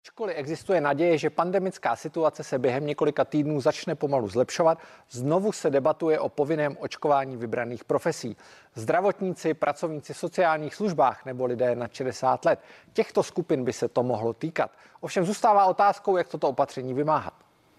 Ačkoliv existuje naděje, že pandemická situace se během několika týdnů začne pomalu zlepšovat, znovu se debatuje o povinném očkování vybraných profesí. Zdravotníci, pracovníci v sociálních službách nebo lidé nad 60 let. Těchto skupin by se to mohlo týkat. Ovšem zůstává otázkou, jak toto opatření vymáhat.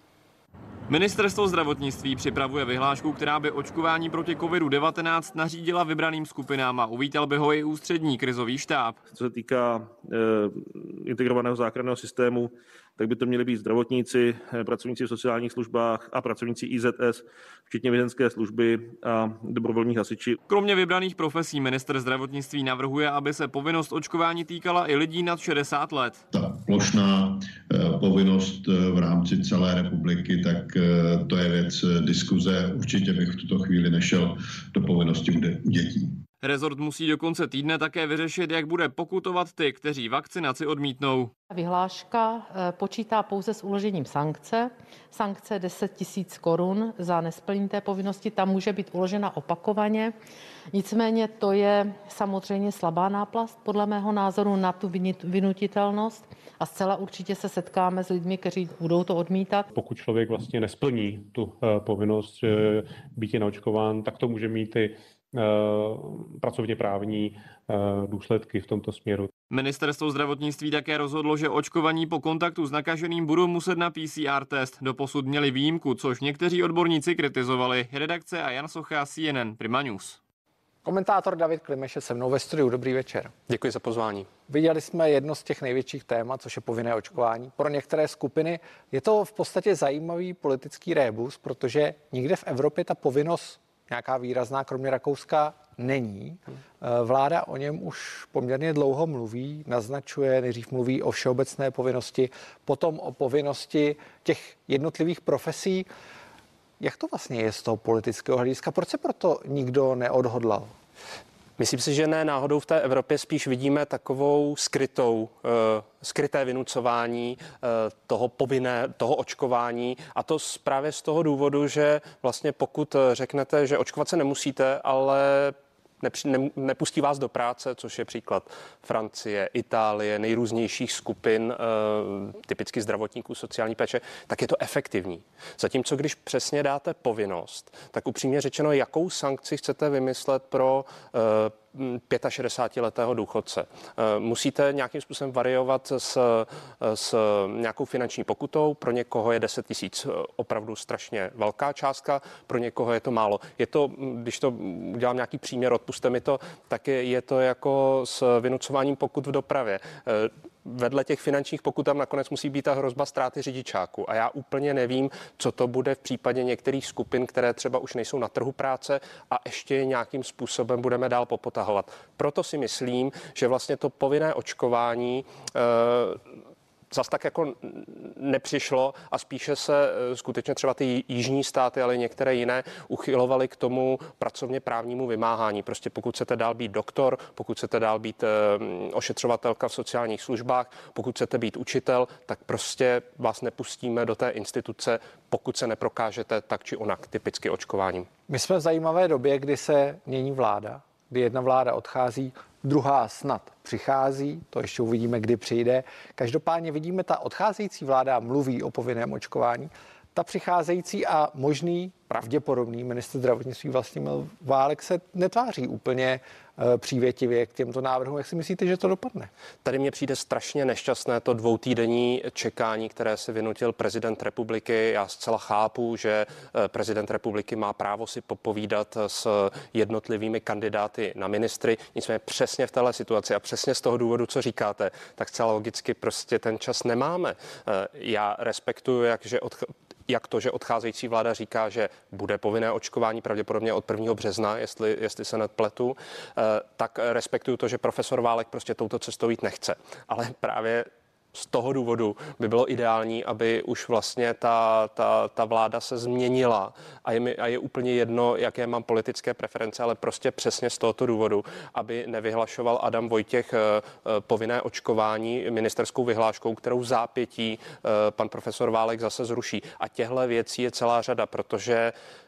Ministerstvo zdravotnictví připravuje vyhlášku, která by očkování proti COVID-19 nařídila vybraným skupinám a uvítal by ho i ústřední krizový štáb. Co se týká integrovaného záchranného systému, tak by to měli být zdravotníci, pracovníci v sociálních službách a pracovníci IZS, včetně vězeňské služby a dobrovolní hasiči. Kromě vybraných profesí ministr zdravotnictví navrhuje, aby se povinnost očkování týkala i lidí nad 60 let. Ta plošná povinnost v rámci celé republiky, tak to je věc diskuze. Určitě bych v tuto chvíli nešel do povinnosti u dětí. Rezort musí do konce týdne také vyřešit, jak bude pokutovat ty, kteří vakcinaci odmítnou. Vyhláška počítá pouze s uložením sankce. Sankce 10 000 korun za nesplnění té povinnosti, tam může být uložena opakovaně. Nicméně to je samozřejmě slabá náplast, podle mého názoru, na tu vynutitelnost a zcela určitě se setkáme s lidmi, kteří budou to odmítat. Pokud člověk vlastně nesplní tu povinnost být naočkován, tak to může mít i pracovně právní důsledky v tomto směru. Ministerstvo zdravotnictví také rozhodlo, že očkovaní po kontaktu s nakaženým budou muset na PCR test. Doposud měli výjimku, což někteří odborníci kritizovali. Redakce a Jan Socha, CNN Prima News. Komentátor David Klimeš je se mnou ve studiu. Dobrý večer. Děkuji za pozvání. Viděli jsme jedno z těch největších témat, což je povinné očkování. Pro některé skupiny je to v podstatě zajímavý politický rébus, protože nikde v Evropě ta povinnost nějaká výrazná, kromě Rakouska, není. Vláda o něm už poměrně dlouho mluví, naznačuje, nejdřív mluví o všeobecné povinnosti, potom o povinnosti těch jednotlivých profesí. Jak to vlastně je z toho politického hlediska? Proč se proto nikdo neodhodlal? Myslím si, že ne náhodou v té Evropě spíš vidíme takovou skryté vynucování toho očkování, a to právě z toho důvodu, že vlastně pokud řeknete, že očkovat se nemusíte, ale nepustí vás do práce, což je příklad Francie, Itálie, nejrůznějších skupin, typicky zdravotníků sociální péče, tak je to efektivní. Zatímco když přesně dáte povinnost, tak upřímně řečeno, jakou sankci chcete vymyslet pro 65letého důchodce. Musíte nějakým způsobem variovat s nějakou finanční pokutou. Pro někoho je 10 000 opravdu strašně velká částka, pro někoho je to málo. Je to, když to udělám nějaký příměr, odpuste mi to, tak je to jako s vynucováním pokut v dopravě. Vedle těch finančních pokut tam nakonec musí být ta hrozba ztráty řidičáku. A já úplně nevím, co to bude v případě některých skupin, které třeba už nejsou na trhu práce a ještě nějakým způsobem budeme dál popotahovat. Proto si myslím, že vlastně to povinné očkování zas tak jako nepřišlo a spíše se skutečně třeba ty jižní státy, ale některé jiné uchylovaly k tomu pracovně právnímu vymáhání. Prostě pokud chcete dál být doktor, pokud chcete dál být ošetřovatelka v sociálních službách, pokud chcete být učitel, tak prostě vás nepustíme do té instituce, pokud se neprokážete tak či onak, typicky očkováním. My jsme v zajímavé době, kdy se mění vláda, kdy jedna vláda odchází, druhá snad přichází, to ještě uvidíme, kdy přijde. Každopádně vidíme, ta odcházející vláda mluví o povinném očkování. Ta přicházející a možný, pravděpodobný ministr zdravotnictví Vlastimil Válek se netváří úplně přívětivě k těmto návrhům. Jak si myslíte, že to dopadne? Tady mně přijde strašně nešťastné to dvoutýdenní čekání, které si vynutil prezident republiky. Já zcela chápu, že prezident republiky má právo si popovídat s jednotlivými kandidáty na ministry. Nicméně přesně v téhle situaci a přesně z toho důvodu, co říkáte, tak zcela logicky prostě ten čas nemáme. Já respektuju, jak to, že odcházející vláda říká, že bude povinné očkování pravděpodobně od 1. března, jestli se nepletu, tak respektuju to, že profesor Válek prostě touto cestou jít nechce. Ale právě z toho důvodu by bylo ideální, aby už vlastně ta vláda se změnila a je úplně jedno, jaké mám politické preference, ale prostě přesně z tohoto důvodu, aby nevyhlašoval Adam Vojtěch povinné očkování ministerskou vyhláškou, kterou v zápětí pan profesor Válek zase zruší. A těchto věcí je celá řada, protože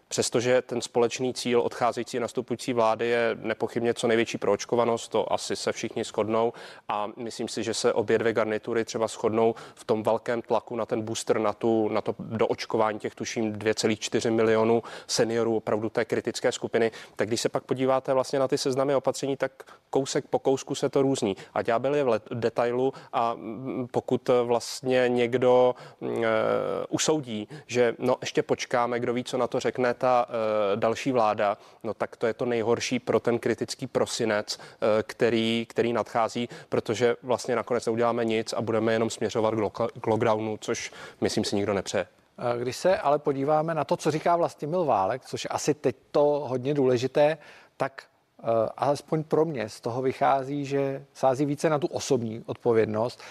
přestože ten společný cíl odcházející a nastupující vlády je nepochybně co největší proočkovanost, to asi se všichni shodnou a myslím si, že se obě dvě garnitury třeba shodnou v tom velkém tlaku na ten booster, na to doočkování těch tuším 2,4 milionů seniorů, opravdu té kritické skupiny. Tak když se pak podíváte vlastně na ty seznamy opatření, tak kousek po kousku se to různí. A ďábel je v detailu a pokud vlastně někdo usoudí, že no ještě počkáme, kdo ví, co na to řekne ta další vláda, no tak to je to nejhorší pro ten kritický prosinec, který nadchází, protože vlastně nakonec neuděláme nic a budeme jenom směřovat k lockdownu, což myslím si nikdo nepřeje. Když se ale podíváme na to, co říká Vlastimil Válek, což je asi teď to hodně důležité, tak alespoň pro mě z toho vychází, že sází více na tu osobní odpovědnost.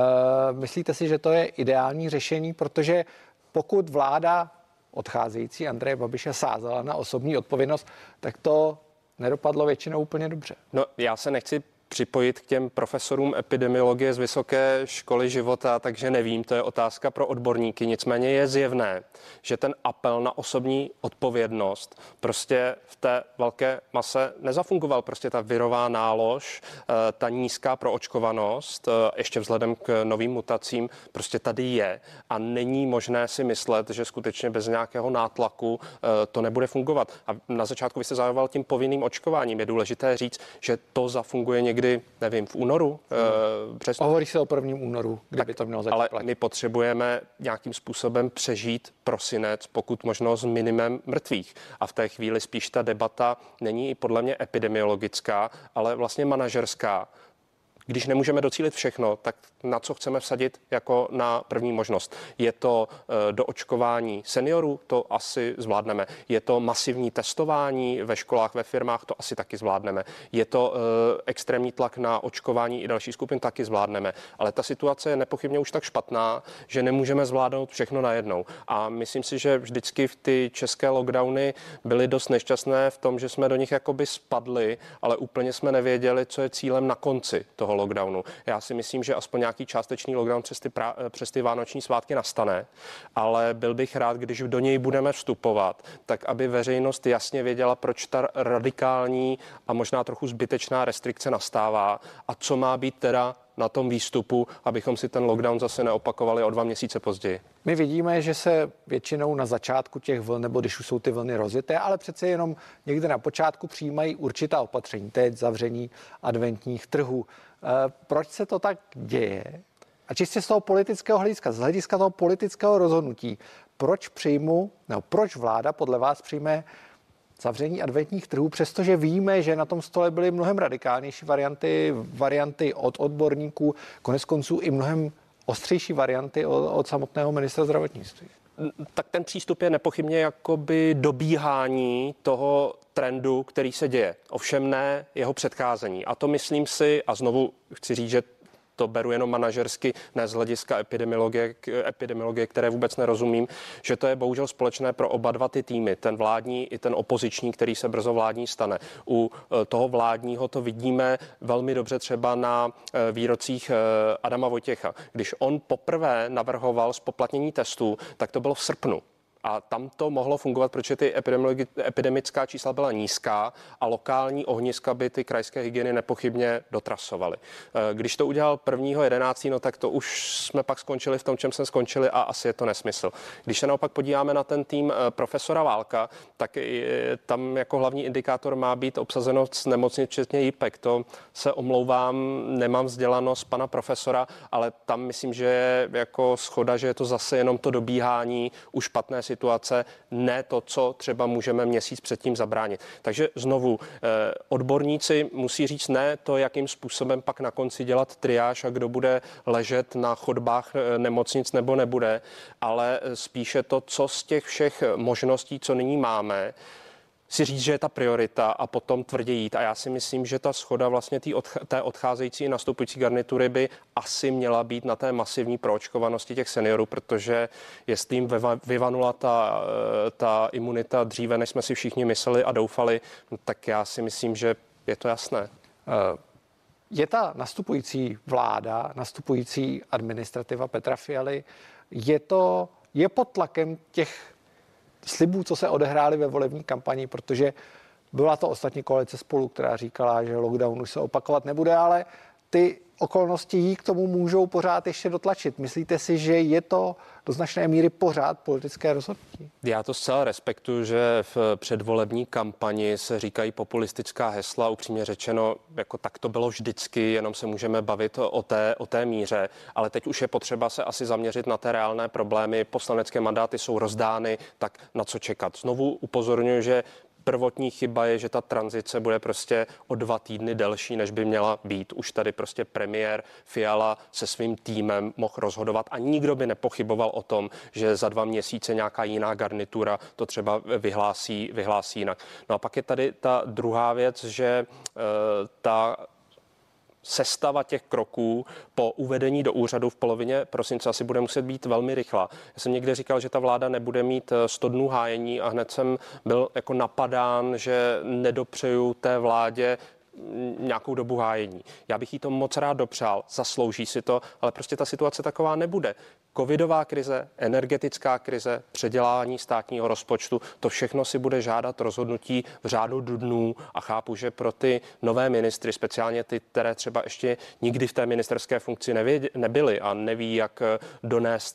Myslíte si, že to je ideální řešení, protože pokud vláda odcházející Andreje Babiše sázela na osobní odpovědnost, tak to nedopadlo většinou úplně dobře. No, já se nechci připojit k těm profesorům epidemiologie z Vysoké školy života, takže nevím, to je otázka pro odborníky. Nicméně je zjevné, že ten apel na osobní odpovědnost prostě v té velké mase nezafungoval. Prostě ta virová nálož, ta nízká proočkovanost, ještě vzhledem k novým mutacím, prostě tady je a není možné si myslet, že skutečně bez nějakého nátlaku to nebude fungovat. A na začátku vy jste zaujal tím povinným očkováním. Je důležité říct, že to zafunguje někdy, nevím, v únoru. Hovorí se o 1. únoru, kdyby to mělo začít ale platit. my potřebujeme nějakým způsobem přežít prosinec, pokud možno s minimem mrtvých. A v té chvíli spíš ta debata není podle mě epidemiologická, ale vlastně manažerská. Když nemůžeme docílit všechno, tak na co chceme vsadit jako na první možnost? Je to doočkování seniorů? To asi zvládneme. Je to masivní testování ve školách, ve firmách? To asi taky zvládneme. Je to extrémní tlak na očkování i další skupin? Taky zvládneme. Ale ta situace je nepochybně už tak špatná, že nemůžeme zvládnout všechno najednou. A myslím si, že vždycky ty české lockdowny byly dost nešťastné v tom, že jsme do nich jakoby spadli, ale úplně jsme nevěděli, co je cílem na konci toho lockdownu. Já si myslím, že aspoň nějaký částečný lockdown přes ty vánoční svátky nastane, ale byl bych rád, když do něj budeme vstupovat, tak aby veřejnost jasně věděla, proč ta radikální a možná trochu zbytečná restrikce nastává a co má být teda na tom výstupu, abychom si ten lockdown zase neopakovali o 2 měsíce později. My vidíme, že se většinou na začátku těch vln, nebo když už jsou ty vlny rozjeté, ale přece jenom někde na počátku přijímají určitá opatření, teď zavření adventních trhů. Proč se to tak děje? A čistě z toho politického hlediska, z hlediska toho politického rozhodnutí, proč vláda podle vás přijme zavření adventních trhů, přestože víme, že na tom stole byly mnohem radikálnější varianty od odborníků, koneckonců i mnohem ostřejší varianty od samotného ministra zdravotnictví. Tak ten přístup je nepochybně jakoby dobíhání toho trendu, který se děje. Ovšem ne jeho předcházení. A to myslím si, a znovu chci říct, že to beru jenom manažersky, ne z hlediska epidemiologie, které vůbec nerozumím, že to je bohužel společné pro oba dva ty týmy, ten vládní i ten opoziční, který se brzo vládní stane. U toho vládního to vidíme velmi dobře třeba na výrocích Adama Vojtěcha. Když on poprvé navrhoval zpoplatnění testů, tak to bylo v srpnu. A tam to mohlo fungovat, protože ty epidemická čísla byla nízká a lokální ohniska by ty krajské hygieny nepochybně dotrasovaly. Když to udělal 1.11., no tak to už jsme pak skončili v tom, čem jsme skončili a asi je to nesmysl. Když se naopak podíváme na ten tým profesora Válka, tak tam jako hlavní indikátor má být obsazenost nemocnic, včetně JIPek. To se omlouvám, nemám vzdělanost pana profesora, ale tam myslím, že je jako shoda, že je to zase jenom to dobíhání už špatné situace, ne to, co třeba můžeme měsíc předtím zabránit. Takže znovu, odborníci musí říct ne to, jakým způsobem pak na konci dělat triáž a kdo bude ležet na chodbách nemocnic nebo nebude, ale spíše to, co z těch všech možností, co nyní máme, si říct, že je ta priorita a potom tvrdě jít. A já si myslím, že ta shoda vlastně té odcházející i nastupující garnitury by asi měla být na té masivní proočkovanosti těch seniorů, protože jestli jim vyvanula ta imunita dříve, než jsme si všichni mysleli a doufali, tak já si myslím, že je to jasné. Je ta nastupující vláda, nastupující administrativa Petra Fialy, je pod tlakem těch slibů, co se odehrály ve volební kampani, protože byla to ostatní koalice Spolu, která říkala, že lockdown už se opakovat nebude, ale ty okolnosti jí k tomu můžou pořád ještě dotlačit. Myslíte si, že je to do značné míry pořád politické rozhodnutí? Já to zcela respektuju, že v předvolební kampani se říkají populistická hesla, upřímně řečeno, jako tak to bylo vždycky, jenom se můžeme bavit o té míře, ale teď už je potřeba se asi zaměřit na té reálné problémy. Poslanecké mandáty jsou rozdány, tak na co čekat. Znovu upozorňuji, že prvotní chyba je, že ta tranzice bude prostě o 2 týdny delší, než by měla být. Už tady prostě premiér Fiala se svým týmem mohl rozhodovat a nikdo by nepochyboval o tom, že za 2 měsíce nějaká jiná garnitura to třeba vyhlásí jinak. No a pak je tady ta druhá věc, že ta sestava těch kroků po uvedení do úřadu v polovině prosince asi bude muset být velmi rychlá. Já jsem někde říkal, že ta vláda nebude mít 100 dnů hájení a hned jsem byl jako napadán, že nedopřeju té vládě nějakou dobu hájení. Já bych jí to moc rád dopřál, zaslouží si to, ale prostě ta situace taková nebude. Covidová krize, energetická krize, předělání státního rozpočtu, to všechno si bude žádat rozhodnutí v řádu dnů a chápu, že pro ty nové ministry, speciálně ty, které třeba ještě nikdy v té ministerské funkci nebyly a neví, jak donést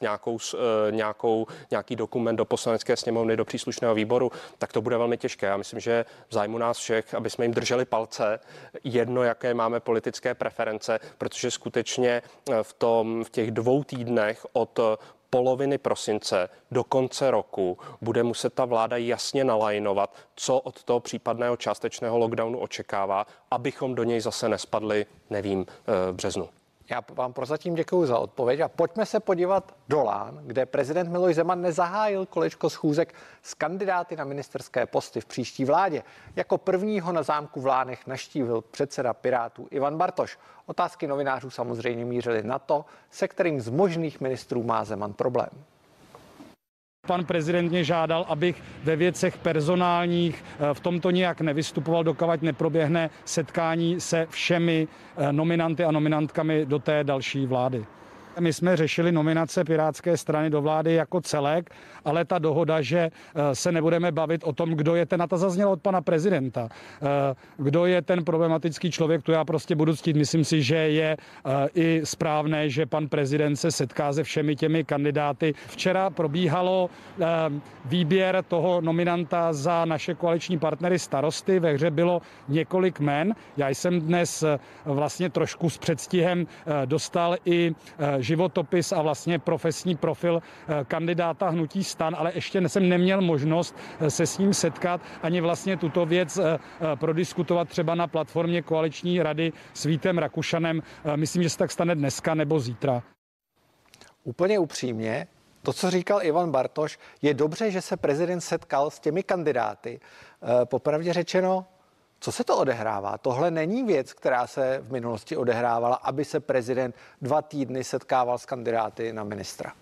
nějaký dokument do Poslanecké sněmovny, do příslušného výboru, tak to bude velmi těžké. Já myslím, že v zájmu nás všech, aby jsme jim drželi palce, jedno, jaké máme politické preference, protože skutečně v těch 2 týdnech od poloviny prosince do konce roku bude muset ta vláda jasně nalajnovat, co od toho případného částečného lockdownu očekává, abychom do něj zase nespadli, nevím, v březnu. Já vám prozatím děkuji za odpověď a pojďme se podívat do Lán, kde prezident Miloš Zeman nezahájil kolečko schůzek s kandidáty na ministerské posty v příští vládě. Jako prvního na zámku v Lánech navštívil předseda Pirátů Ivan Bartoš. Otázky novinářů samozřejmě mířily na to, se kterým z možných ministrů má Zeman problém. Pan prezident mě žádal, abych ve věcech personálních v tomto nijak nevystupoval, dokud neproběhne setkání se všemi nominanty a nominantkami do té další vlády. My jsme řešili nominace Pirátské strany do vlády jako celek, ale ta dohoda, že se nebudeme bavit o tom, kdo je ten, a ta zazněla od pana prezidenta, kdo je ten problematický člověk, to já prostě budu ctít. Myslím si, že je i správné, že pan prezident se setká se všemi těmi kandidáty. Včera probíhalo výběr toho nominanta za naše koaliční partnery Starosty. Ve hře bylo několik jmen. Já jsem dnes vlastně trošku s předstihem dostal i životopis a vlastně profesní profil kandidáta hnutí STAN, ale ještě jsem neměl možnost se s ním setkat ani vlastně tuto věc prodiskutovat třeba na platformě koaliční rady s Vítem Rakušanem. Myslím, že se tak stane dneska nebo zítra. Úplně upřímně, to, co říkal Ivan Bartoš, je dobře, že se prezident setkal s těmi kandidáty. Popravdě řečeno, co se to odehrává? Tohle není věc, která se v minulosti odehrávala, aby se prezident 2 týdny setkával s kandidáty na ministra.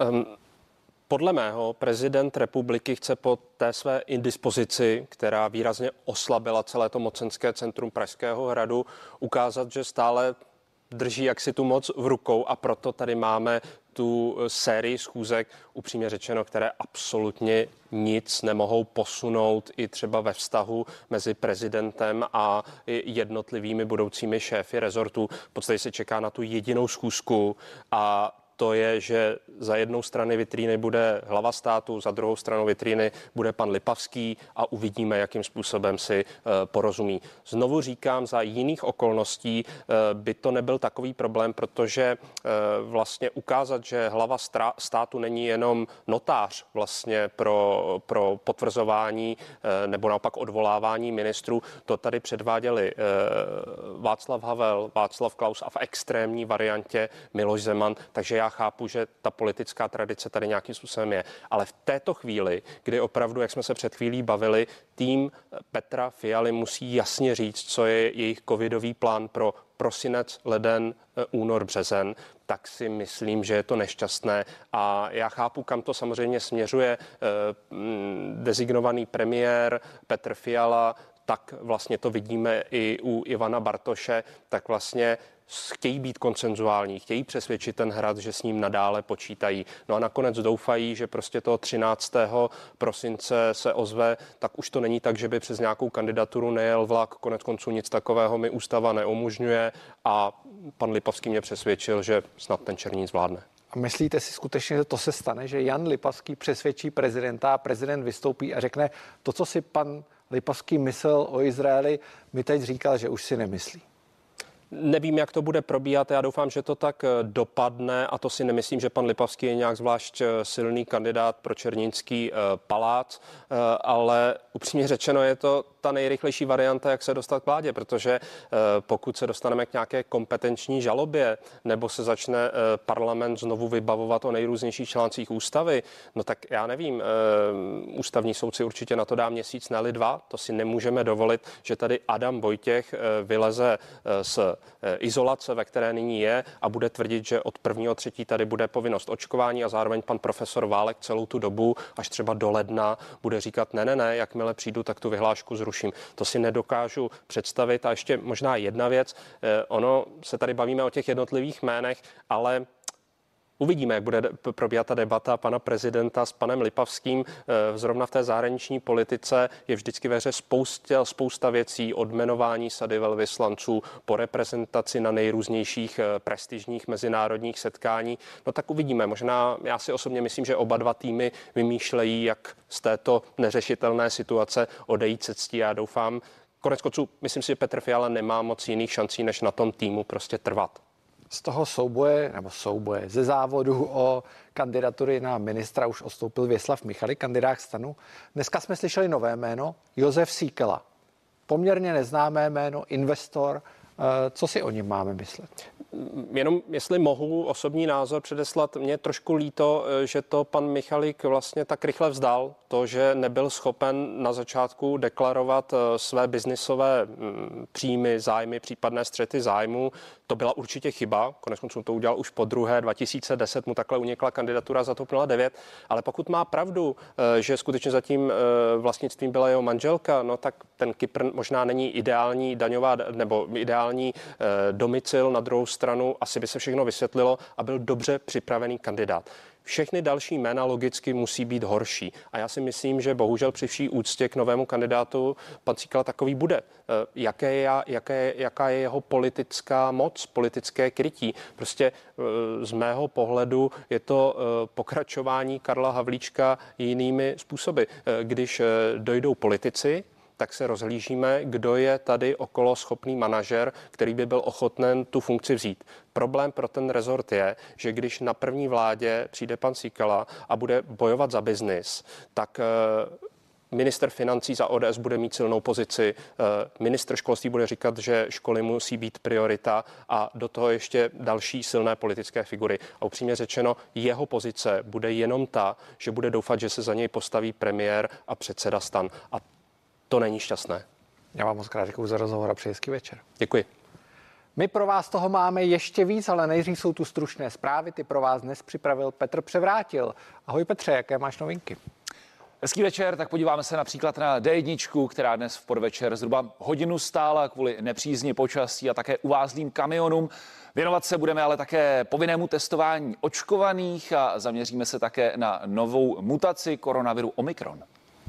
Podle mého prezident republiky chce po té své indispozici, která výrazně oslabila celé to mocenské centrum Pražského hradu, ukázat, že stále drží jaksi tu moc v rukou a proto tady máme tu sérii schůzek, upřímně řečeno, které absolutně nic nemohou posunout i třeba ve vztahu mezi prezidentem a jednotlivými budoucími šéfy rezortů. V podstatě se čeká na tu jedinou schůzku a to je, že za jednou strany vitríny bude hlava státu, za druhou stranu vitríny bude pan Lipavský a uvidíme, jakým způsobem si porozumí. Znovu říkám, za jiných okolností by to nebyl takový problém, protože vlastně ukázat, že hlava státu není jenom notář vlastně pro potvrzování nebo naopak odvolávání ministrů, to tady předváděli Václav Havel, Václav Klaus a v extrémní variantě Miloš Zeman, takže já chápu, že ta politická tradice tady nějakým způsobem je. Ale v této chvíli, kdy opravdu, jak jsme se před chvílí bavili, tým Petra Fialy musí jasně říct, co je jejich covidový plán pro prosinec, leden, únor, březen, tak si myslím, že je to nešťastné. A já chápu, kam to samozřejmě směřuje designovaný premiér Petr Fiala. tak vlastně to vidíme i u Ivana Bartoše, tak vlastně chtějí být konsenzuální, chtějí přesvědčit ten Hrad, že s ním nadále počítají. No a nakonec doufají, že prostě toho 13. prosince se ozve, tak už to není tak, že by přes nějakou kandidaturu nejel vlak, konec konců nic takového mi ústava neumožňuje a pan Lipavský mě přesvědčil, že snad ten Černín zvládne. A myslíte si skutečně, že to se stane, že Jan Lipavský přesvědčí prezidenta a prezident vystoupí a řekne to, co si pan Lipavský myslel o Izraeli, mi teď říkal, že už si nemyslí? Nevím, jak to bude probíhat, já doufám, že to tak dopadne a to si nemyslím, že pan Lipavský je nějak zvlášť silný kandidát pro Černínský palác, ale upřímně řečeno je to ta nejrychlejší varianta, jak se dostat k vládě, protože pokud se dostaneme k nějaké kompetenční žalobě nebo se začne parlament znovu vybavovat o nejrůznějších článcích ústavy, no tak já nevím, ústavní soudci určitě na to dá měsíc, ne-li 2, to si nemůžeme dovolit, že tady Adam Vojtěch vyleze z izolace, ve které nyní je a bude tvrdit, že od 1.3. tady bude povinnost očkování a zároveň pan profesor Válek celou tu dobu až třeba do ledna bude říkat ne, jakmile přijdu, tak tu vyhlášku zruším. To si nedokážu představit. A ještě možná jedna věc, ono se tady bavíme o těch jednotlivých jménech, ale uvidíme, jak bude probíhat ta debata pana prezidenta s panem Lipavským. Zrovna v té zahraniční politice je vždycky ve hře spousta věcí, od jmenování sady velvyslanců po reprezentaci na nejrůznějších prestižních mezinárodních setkání. No tak uvidíme. Možná já si osobně myslím, že oba dva týmy vymýšlejí, jak z této neřešitelné situace odejít se ctí. Já doufám, koneckonců myslím si, že Petr Fiala nemá moc jiných šancí, než na tom týmu prostě trvat. Z toho souboje, ze závodu o kandidatury na ministra už odstoupil Věslav Michalik, kandidát STANu. Dneska jsme slyšeli nové jméno, Josef Síkela. Poměrně neznámé jméno, investor. Co si o něm máme myslet? Jenom, jestli mohu osobní názor předeslat, mě trošku líto, že to pan Michalik vlastně tak rychle vzdal. To, že nebyl schopen na začátku deklarovat své biznisové příjmy, zájmy, případné střety zájmu, to byla určitě chyba. Koneckonců to udělal už po druhé, 2010 mu takhle unikla kandidatura za TOP 09, ale pokud má pravdu, že skutečně za tím vlastnictvím byla jeho manželka, no tak ten Kypr možná není ideální daňová nebo ideální domicil, na druhou stranu asi by se všechno vysvětlilo a byl dobře připravený kandidát. Všechny další jména logicky musí být horší. A já si myslím, že bohužel při vší úctě k novému kandidátu pan Síkela takový bude. Jaká je jeho politická moc, politické krytí? Prostě z mého pohledu je to pokračování Karla Havlíčka jinými způsoby. Když dojdou politici, tak se rozhlížíme, kdo je tady okolo schopný manažer, který by byl ochoten tu funkci vzít. Problém pro ten rezort je, že když na první vládě přijde pan Síkela a bude bojovat za biznis, tak ministr financí za ODS bude mít silnou pozici, ministr školství bude říkat, že školy musí být priorita a do toho ještě další silné politické figury. A upřímně řečeno, jeho pozice bude jenom ta, že bude doufat, že se za něj postaví premiér a předseda STAN. A to není šťastné. Já vám moc krát děkuji za rozhovor a přeji hezký večer. Děkuji. My pro vás toho máme ještě víc, ale nejdřív jsou tu stručné zprávy. Ty pro vás dnes připravil Petr Převrátil. Ahoj Petře, jaké máš novinky? Hezký večer, tak podíváme se například na D1, která dnes v podvečer zhruba hodinu stála kvůli nepřízni počasí a také uvázlým kamionům. Věnovat se budeme ale také povinnému testování očkovaných a zaměříme se také na novou mutaci koronaviru Omikron.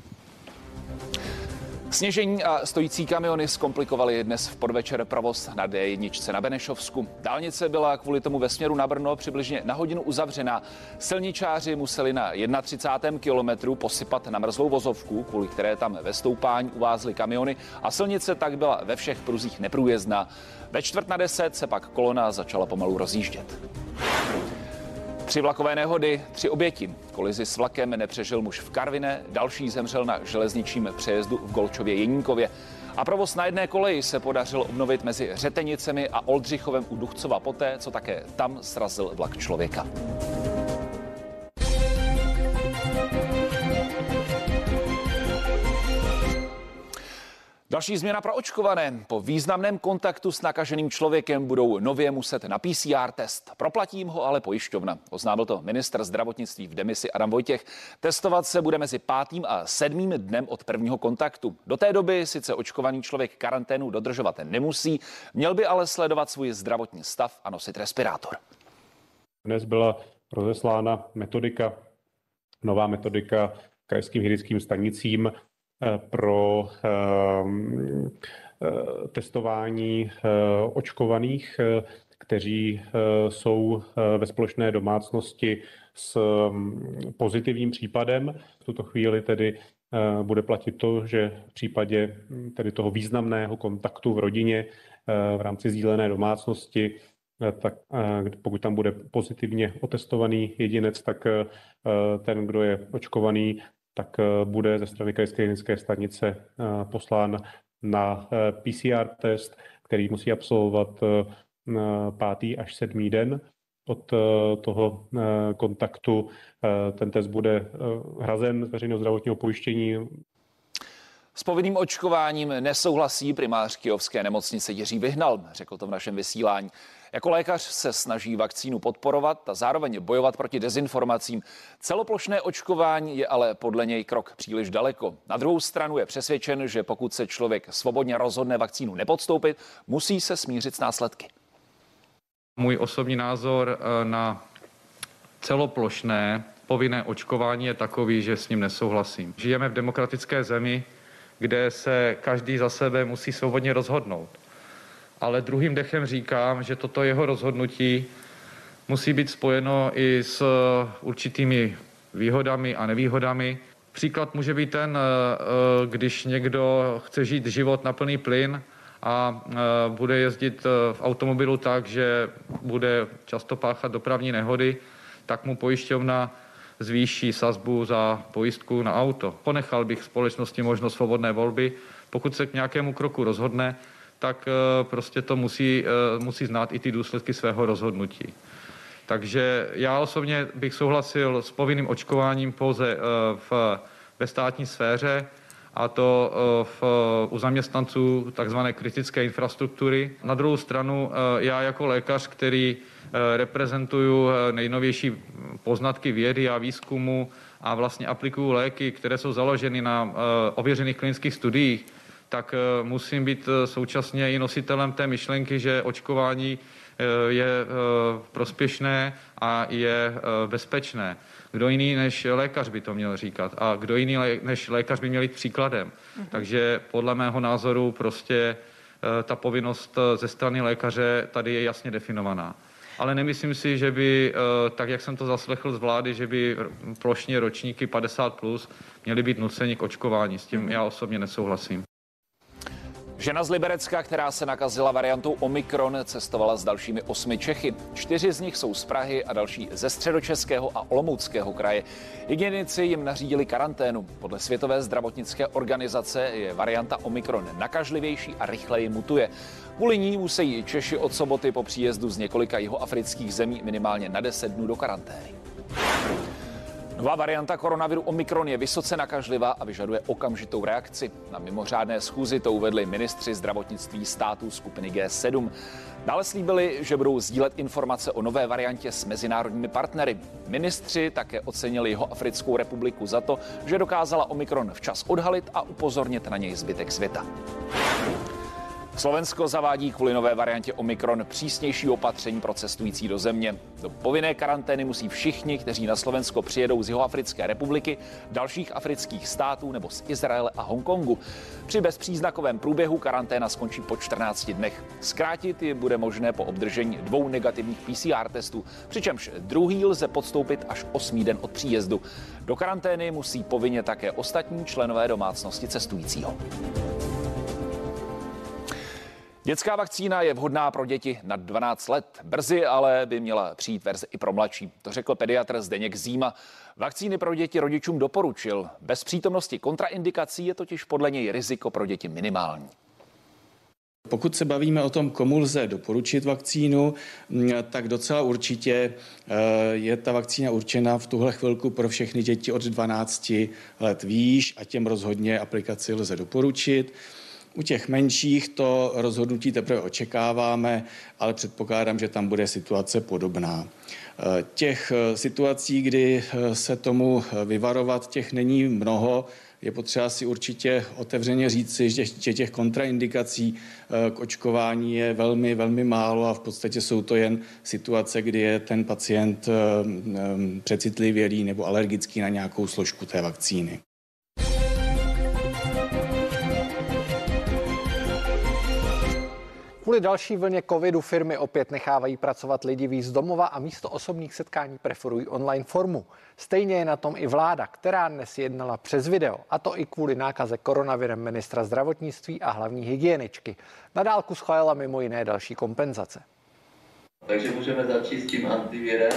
Sněžení a stojící kamiony zkomplikovaly dnes v podvečer provoz na D1 na Benešovsku. Dálnice byla kvůli tomu ve směru na Brno přibližně na hodinu uzavřena. Silničáři museli na 31. kilometru posypat namrzlou vozovku, kvůli které tam ve stoupání uvázly kamiony a silnice tak byla ve všech pruzích neprůjezdná. Ve 9:45 se pak kolona začala pomalu rozjíždět. 3 vlakové nehody, 3 oběti. Kolizi s vlakem nepřežil muž v Karviné, další zemřel na železničním přejezdu v Golčově Jeníkově. A provoz na jedné koleji se podařilo obnovit mezi Řetenicemi a Oldřichovem u Duchcova poté, co také tam srazil vlak člověka. Další změna pro očkované. Po významném kontaktu s nakaženým člověkem budou nově muset na PCR test. Proplatí jim ho ale pojišťovna. Oznámil to ministr zdravotnictví v demisi Adam Vojtěch. Testovat se bude mezi 5. a 7. dnem od prvního kontaktu. Do té doby sice očkovaný člověk karanténu dodržovat nemusí, měl by ale sledovat svůj zdravotní stav a nosit respirátor. Dnes byla rozeslána nová metodika krajským hygienickým stanicím pro testování očkovaných, kteří jsou ve společné domácnosti s pozitivním případem. V tuto chvíli tedy bude platit to, že v případě tedy toho významného kontaktu v rodině v rámci sdílené domácnosti, tak pokud tam bude pozitivně otestovaný jedinec, tak ten, kdo je očkovaný, tak bude ze strany krajské hygienické stanice poslán na PCR test, který musí absolvovat 5. až 7. den od toho kontaktu. Ten test bude hrazen z veřejného zdravotního pojištění. S povinným očkováním nesouhlasí primář kyjovské nemocnice Jiří Vyhnal, řekl to v našem vysílání. Jako lékař se snaží vakcínu podporovat a zároveň bojovat proti dezinformacím. Celoplošné očkování je ale podle něj krok příliš daleko. Na druhou stranu je přesvědčen, že pokud se člověk svobodně rozhodne vakcínu nepodstoupit, musí se smířit s následky. Můj osobní názor na celoplošné povinné očkování je takový, že s ním nesouhlasím. Žijeme v demokratické zemi, kde se každý za sebe musí svobodně rozhodnout. Ale druhým dechem říkám, že toto jeho rozhodnutí musí být spojeno i s určitými výhodami a nevýhodami. Příklad může být ten, když někdo chce žít život na plný plyn a bude jezdit v automobilu tak, že bude často páchat dopravní nehody, tak mu pojišťovna zvýší sazbu za pojistku na auto. Ponechal bych společnosti možnost svobodné volby. Pokud se k nějakému kroku rozhodne, tak prostě to musí znát i ty důsledky svého rozhodnutí. Takže já osobně bych souhlasil s povinným očkováním pouze ve státní sféře, a to u zaměstnanců takzvané kritické infrastruktury. Na druhou stranu já jako lékař, který reprezentuju nejnovější poznatky vědy a výzkumu a vlastně aplikuju léky, které jsou založeny na ověřených klinických studiích, tak musím být současně i nositelem té myšlenky, že očkování je prospěšné a je bezpečné. Kdo jiný než lékař by to měl říkat a kdo jiný než lékař by měl jít příkladem. Takže podle mého názoru prostě ta povinnost ze strany lékaře tady je jasně definovaná. Ale nemyslím si, že by, tak jak jsem to zaslechl z vlády, že by plošně ročníky 50+ měly být nuceni k očkování. S tím já osobně nesouhlasím. Žena z Liberecka, která se nakazila variantou Omikron, cestovala s dalšími 8 Čechy. 4 z nich jsou z Prahy a další ze Středočeského a Olomouckého kraje. Hygienici jim nařídili karanténu. Podle Světové zdravotnické organizace je varianta Omikron nakažlivější a rychleji mutuje. Kvůli ní musí Češi od soboty po příjezdu z několika jihoafrických zemí minimálně na 10 dnů do karantény. Nová varianta koronaviru Omikron je vysoce nakažlivá a vyžaduje okamžitou reakci. Na mimořádné schůzi to uvedli ministři zdravotnictví států skupiny G7. Dále slíbili, že budou sdílet informace o nové variantě s mezinárodními partnery. Ministři také ocenili Jihoafrickou republiku za to, že dokázala Omikron včas odhalit a upozornit na něj zbytek světa. Slovensko zavádí kvůli nové variantě Omikron přísnější opatření pro cestující do země. Do povinné karantény musí všichni, kteří na Slovensko přijedou z Jihoafrické republiky, dalších afrických států nebo z Izraele a Hongkongu. Při bezpříznakovém průběhu karanténa skončí po 14 dnech. Zkrátit ji bude možné po obdržení 2 negativních PCR testů, přičemž druhý lze podstoupit až 8. den od příjezdu. Do karantény musí povinně také ostatní členové domácnosti cestujícího. Dětská vakcína je vhodná pro děti nad 12 let. Brzy ale by měla přijít verze i pro mladší. To řekl pediatr Zdeněk Zíma. Vakcíny pro děti rodičům doporučil. Bez přítomnosti kontraindikací je totiž podle něj riziko pro děti minimální. Pokud se bavíme o tom, komu lze doporučit vakcínu, tak docela určitě je ta vakcína určena v tuhle chvilku pro všechny děti od 12 let výš a těm rozhodně aplikaci lze doporučit. U těch menších to rozhodnutí teprve očekáváme, ale předpokládám, že tam bude situace podobná. Těch situací, kdy se tomu vyvarovat, těch není mnoho. Je potřeba si určitě otevřeně říci, že těch kontraindikací k očkování je velmi, velmi málo a v podstatě jsou to jen situace, kdy je ten pacient přecitlivělý nebo alergický na nějakou složku té vakcíny. Kvůli další vlně covidu firmy opět nechávají pracovat lidi víc z domova a místo osobních setkání preferují online formu. Stejně je na tom i vláda, která dnes jednala přes video, a to i kvůli nákaze koronavirem ministra zdravotnictví a hlavní hygieničky. Na dálku schválila mimo jiné další kompenzace. Takže můžeme začít s tím antivirem.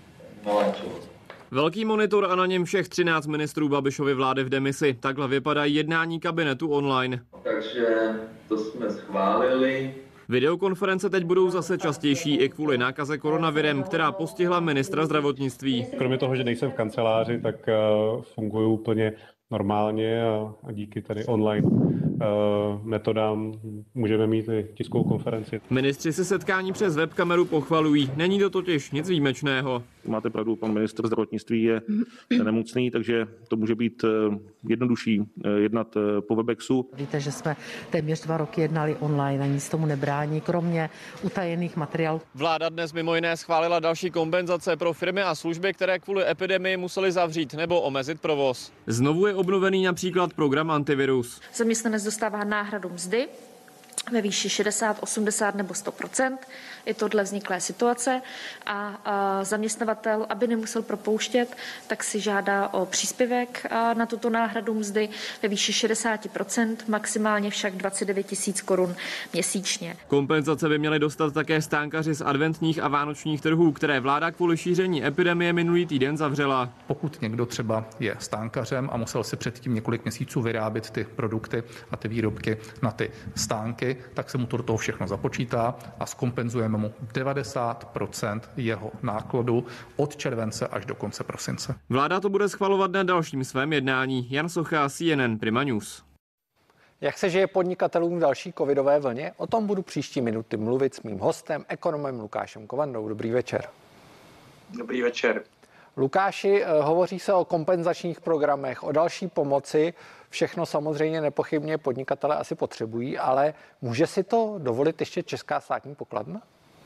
Velký monitor a na něm všech 13 ministrů Babišovy vlády v demisi. Takhle vypadají jednání kabinetu online. Takže to jsme schválili. Videokonference teď budou zase častější i kvůli nákaze koronavirem, která postihla ministra zdravotnictví. Kromě toho, že nejsem v kanceláři, tak funguji úplně normálně a díky tady online metodám můžeme mít i tiskovou konferenci. Ministři si setkání přes webkameru pochvalují. Není to totiž nic výjimečného. Máte pravdu, pan ministr zdravotnictví je nemocný, takže to může být jednodušší jednat po Webexu. Víte, že jsme téměř 2 roky jednali online a nic tomu nebrání, kromě utajených materiálů. Vláda dnes mimo jiné schválila další kompenzace pro firmy a služby, které kvůli epidemii musely zavřít nebo omezit provoz. Znovu je obnovený například program Antivirus. Zaměstnanec dostává náhradu mzdy ve výši 60, 80 nebo 100%. Je to dle vzniklé situace a zaměstnavatel, aby nemusel propouštět, tak si žádá o příspěvek na tuto náhradu mzdy ve výši 60%, maximálně však 29 000 korun měsíčně. Kompenzace by měly dostat také stánkaři z adventních a vánočních trhů, které vláda kvůli šíření epidemie minulý týden zavřela. Pokud někdo třeba je stánkařem a musel si předtím několik měsíců vyrábět ty produkty a ty výrobky na ty stánky, tak se mu to do toho všechno započítá a zkompenzujeme mu 90% jeho nákladu od července až do konce prosince. Vláda to bude schvalovat na dalším svém jednání. Jan Socha, CNN Prima News. Jak se žije podnikatelům v další covidové vlně? O tom budu příští minuty mluvit s mým hostem, ekonomem Lukášem Kovandou. Dobrý večer. Dobrý večer. Lukáši, hovoří se o kompenzačních programech, o další pomoci. Všechno samozřejmě nepochybně podnikatele asi potřebují, ale může si to dovolit ještě Česká státní pokladna?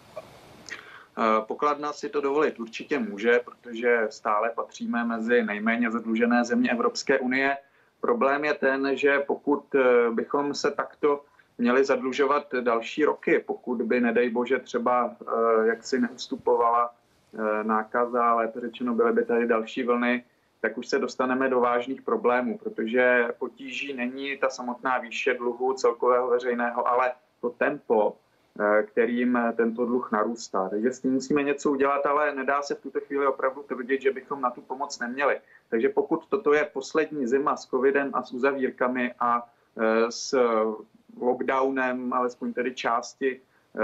Pokladna si to dovolit určitě může, protože stále patříme mezi nejméně zadlužené země Evropské unie. Problém je ten, že pokud bychom se takto měli zadlužovat další roky, pokud by, nedej bože, třeba jaksi neustupovala nákaza, ale řečeno byly by tady další vlny, tak už se dostaneme do vážných problémů, protože potíží není ta samotná výše dluhu celkového veřejného, ale to tempo, kterým tento dluh narůstá. Takže s tím musíme něco udělat, ale nedá se v tuto chvíli opravdu tvrdit, že bychom na tu pomoc neměli. Takže pokud toto je poslední zima s covidem a s uzavírkami a s lockdownem, alespoň tedy části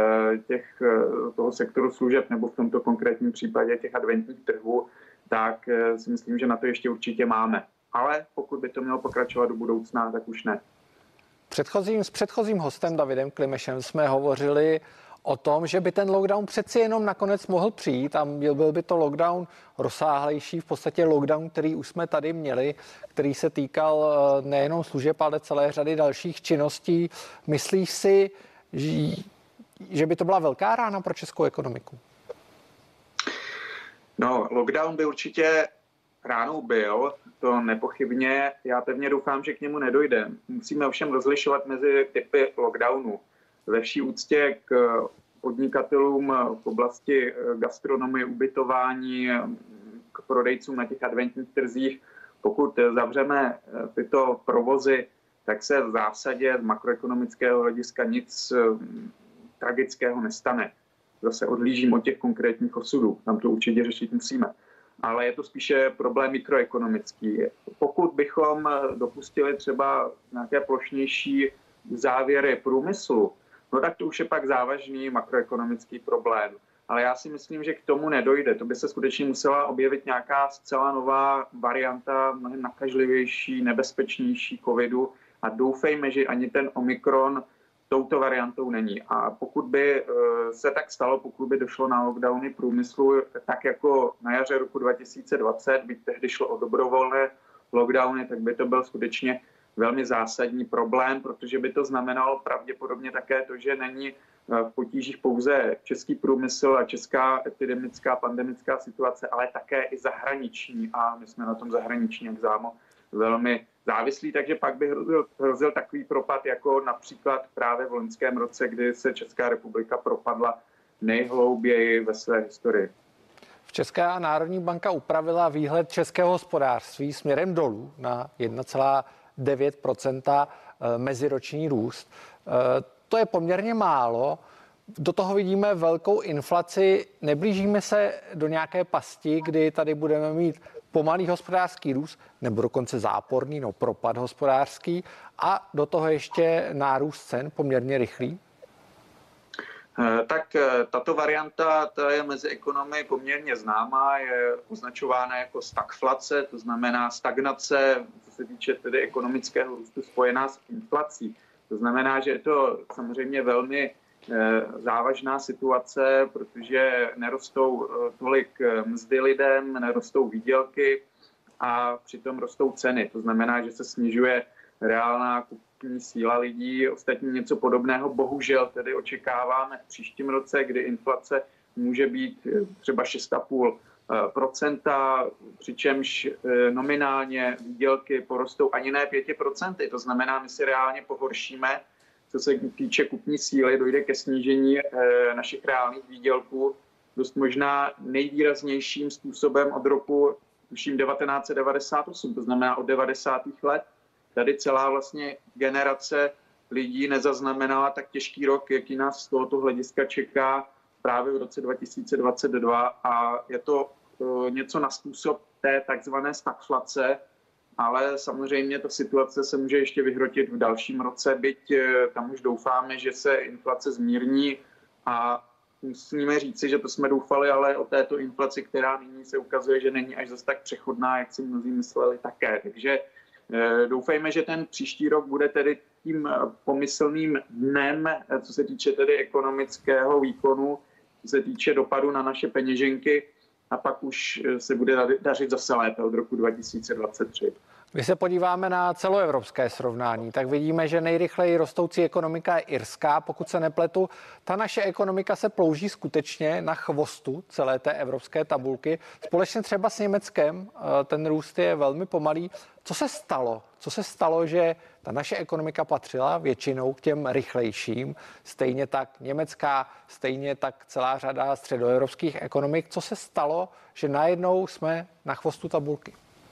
toho sektoru služeb nebo v tomto konkrétním případě těch adventních trhů, tak si myslím, že na to ještě určitě máme. Ale pokud by to mělo pokračovat do budoucna, tak už ne. S předchozím hostem Davidem Klimešem jsme hovořili o tom, že by ten lockdown přeci jenom nakonec mohl přijít a byl by to lockdown rozsáhlejší, v podstatě lockdown, který už jsme tady měli, který se týkal nejenom služeb, ale celé řady dalších činností. Myslíš si, že by to byla velká rána pro českou ekonomiku? No, lockdown by určitě ránou byl, to nepochybně. Já pevně doufám, že k němu nedojde. Musíme ovšem rozlišovat mezi typy lockdownu. Ve vší úctě k podnikatelům v oblasti gastronomie, ubytování, k prodejcům na těch adventních trzích, pokud zavřeme tyto provozy, tak se v zásadě z makroekonomického hlediska nic tragického nestane. Zase odhlížím od těch konkrétních osudů, tam to určitě řešit musíme. Ale je to spíše problém mikroekonomický. Pokud bychom dopustili třeba nějaké plošnější závěry průmyslu, no tak to už je pak závažný makroekonomický problém. Ale já si myslím, že k tomu nedojde. To by se skutečně musela objevit nějaká zcela nová varianta, mnohem nakažlivější, nebezpečnější covidu. A a doufejme, že ani ten Omikron touto variantou není. A pokud by se tak stalo, pokud by došlo na lockdowny průmyslu, tak jako na jaře roku 2020, byť tehdy šlo o dobrovolné lockdowny, tak by to byl skutečně velmi zásadní problém, protože by to znamenalo pravděpodobně také to, že není v potížích pouze český průmysl a česká epidemická, pandemická situace, ale také i zahraniční. A my jsme na tom zahraniční exámu velmi závislí, takže pak by hrozil takový propad, jako například právě v loňském roce, kdy se Česká republika propadla nejhlouběji ve své historii. Česká národní banka upravila výhled českého hospodářství směrem dolů na 1,9% meziroční růst. To je poměrně málo. Do toho vidíme velkou inflaci. Neblížíme se do nějaké pasti, kdy tady budeme mít pomalý hospodářský růst nebo dokonce záporný, propad hospodářský a do toho ještě nárůst cen poměrně rychlý? Tak tato varianta ta je mezi ekonomy poměrně známá, je označována jako stagflace, to znamená stagnace, co se týče tedy ekonomického růstu spojená s inflací. To znamená, že je to samozřejmě velmi závažná situace, protože nerostou tolik mzdy lidem, nerostou výdělky a přitom rostou ceny. To znamená, že se snižuje reálná kupní síla lidí. Ostatně něco podobného bohužel tedy očekáváme v příštím roce, kdy inflace může být třeba 6,5%, přičemž nominálně výdělky porostou ani ne 5%. To znamená, my si reálně pohoršíme, co se týče kupní síly, dojde ke snížení našich reálných výdělků dost možná nejvýraznějším způsobem od roku, tuším, 1998, to znamená od 90. let. Tady celá vlastně generace lidí nezaznamenala tak těžký rok, jaký nás z tohoto hlediska čeká právě v roce 2022 a je to něco na způsob té takzvané stagflace, ale samozřejmě ta situace se může ještě vyhrotit v dalším roce, byť tam už doufáme, že se inflace zmírní a musíme říci, že to jsme doufali, ale o této inflaci, která nyní se ukazuje, že není až zase tak přechodná, jak si mnozí mysleli také. Takže doufejme, že ten příští rok bude tedy tím pomyslným dnem, co se týče tedy ekonomického výkonu, co se týče dopadu na naše peněženky a pak už se bude dařit zase lépe od roku 2023. Když se podíváme na celoevropské srovnání, tak vidíme, že nejrychleji rostoucí ekonomika je irská. Pokud se nepletu, ta naše ekonomika se plouží skutečně na chvostu celé té evropské tabulky. Společně třeba s Německem ten růst je velmi pomalý. Co se stalo? Co se stalo, že ta naše ekonomika patřila většinou k těm rychlejším, stejně tak německá, stejně tak celá řada středoevropských ekonomik. Co se stalo, že najednou jsme na chvostu tabulky?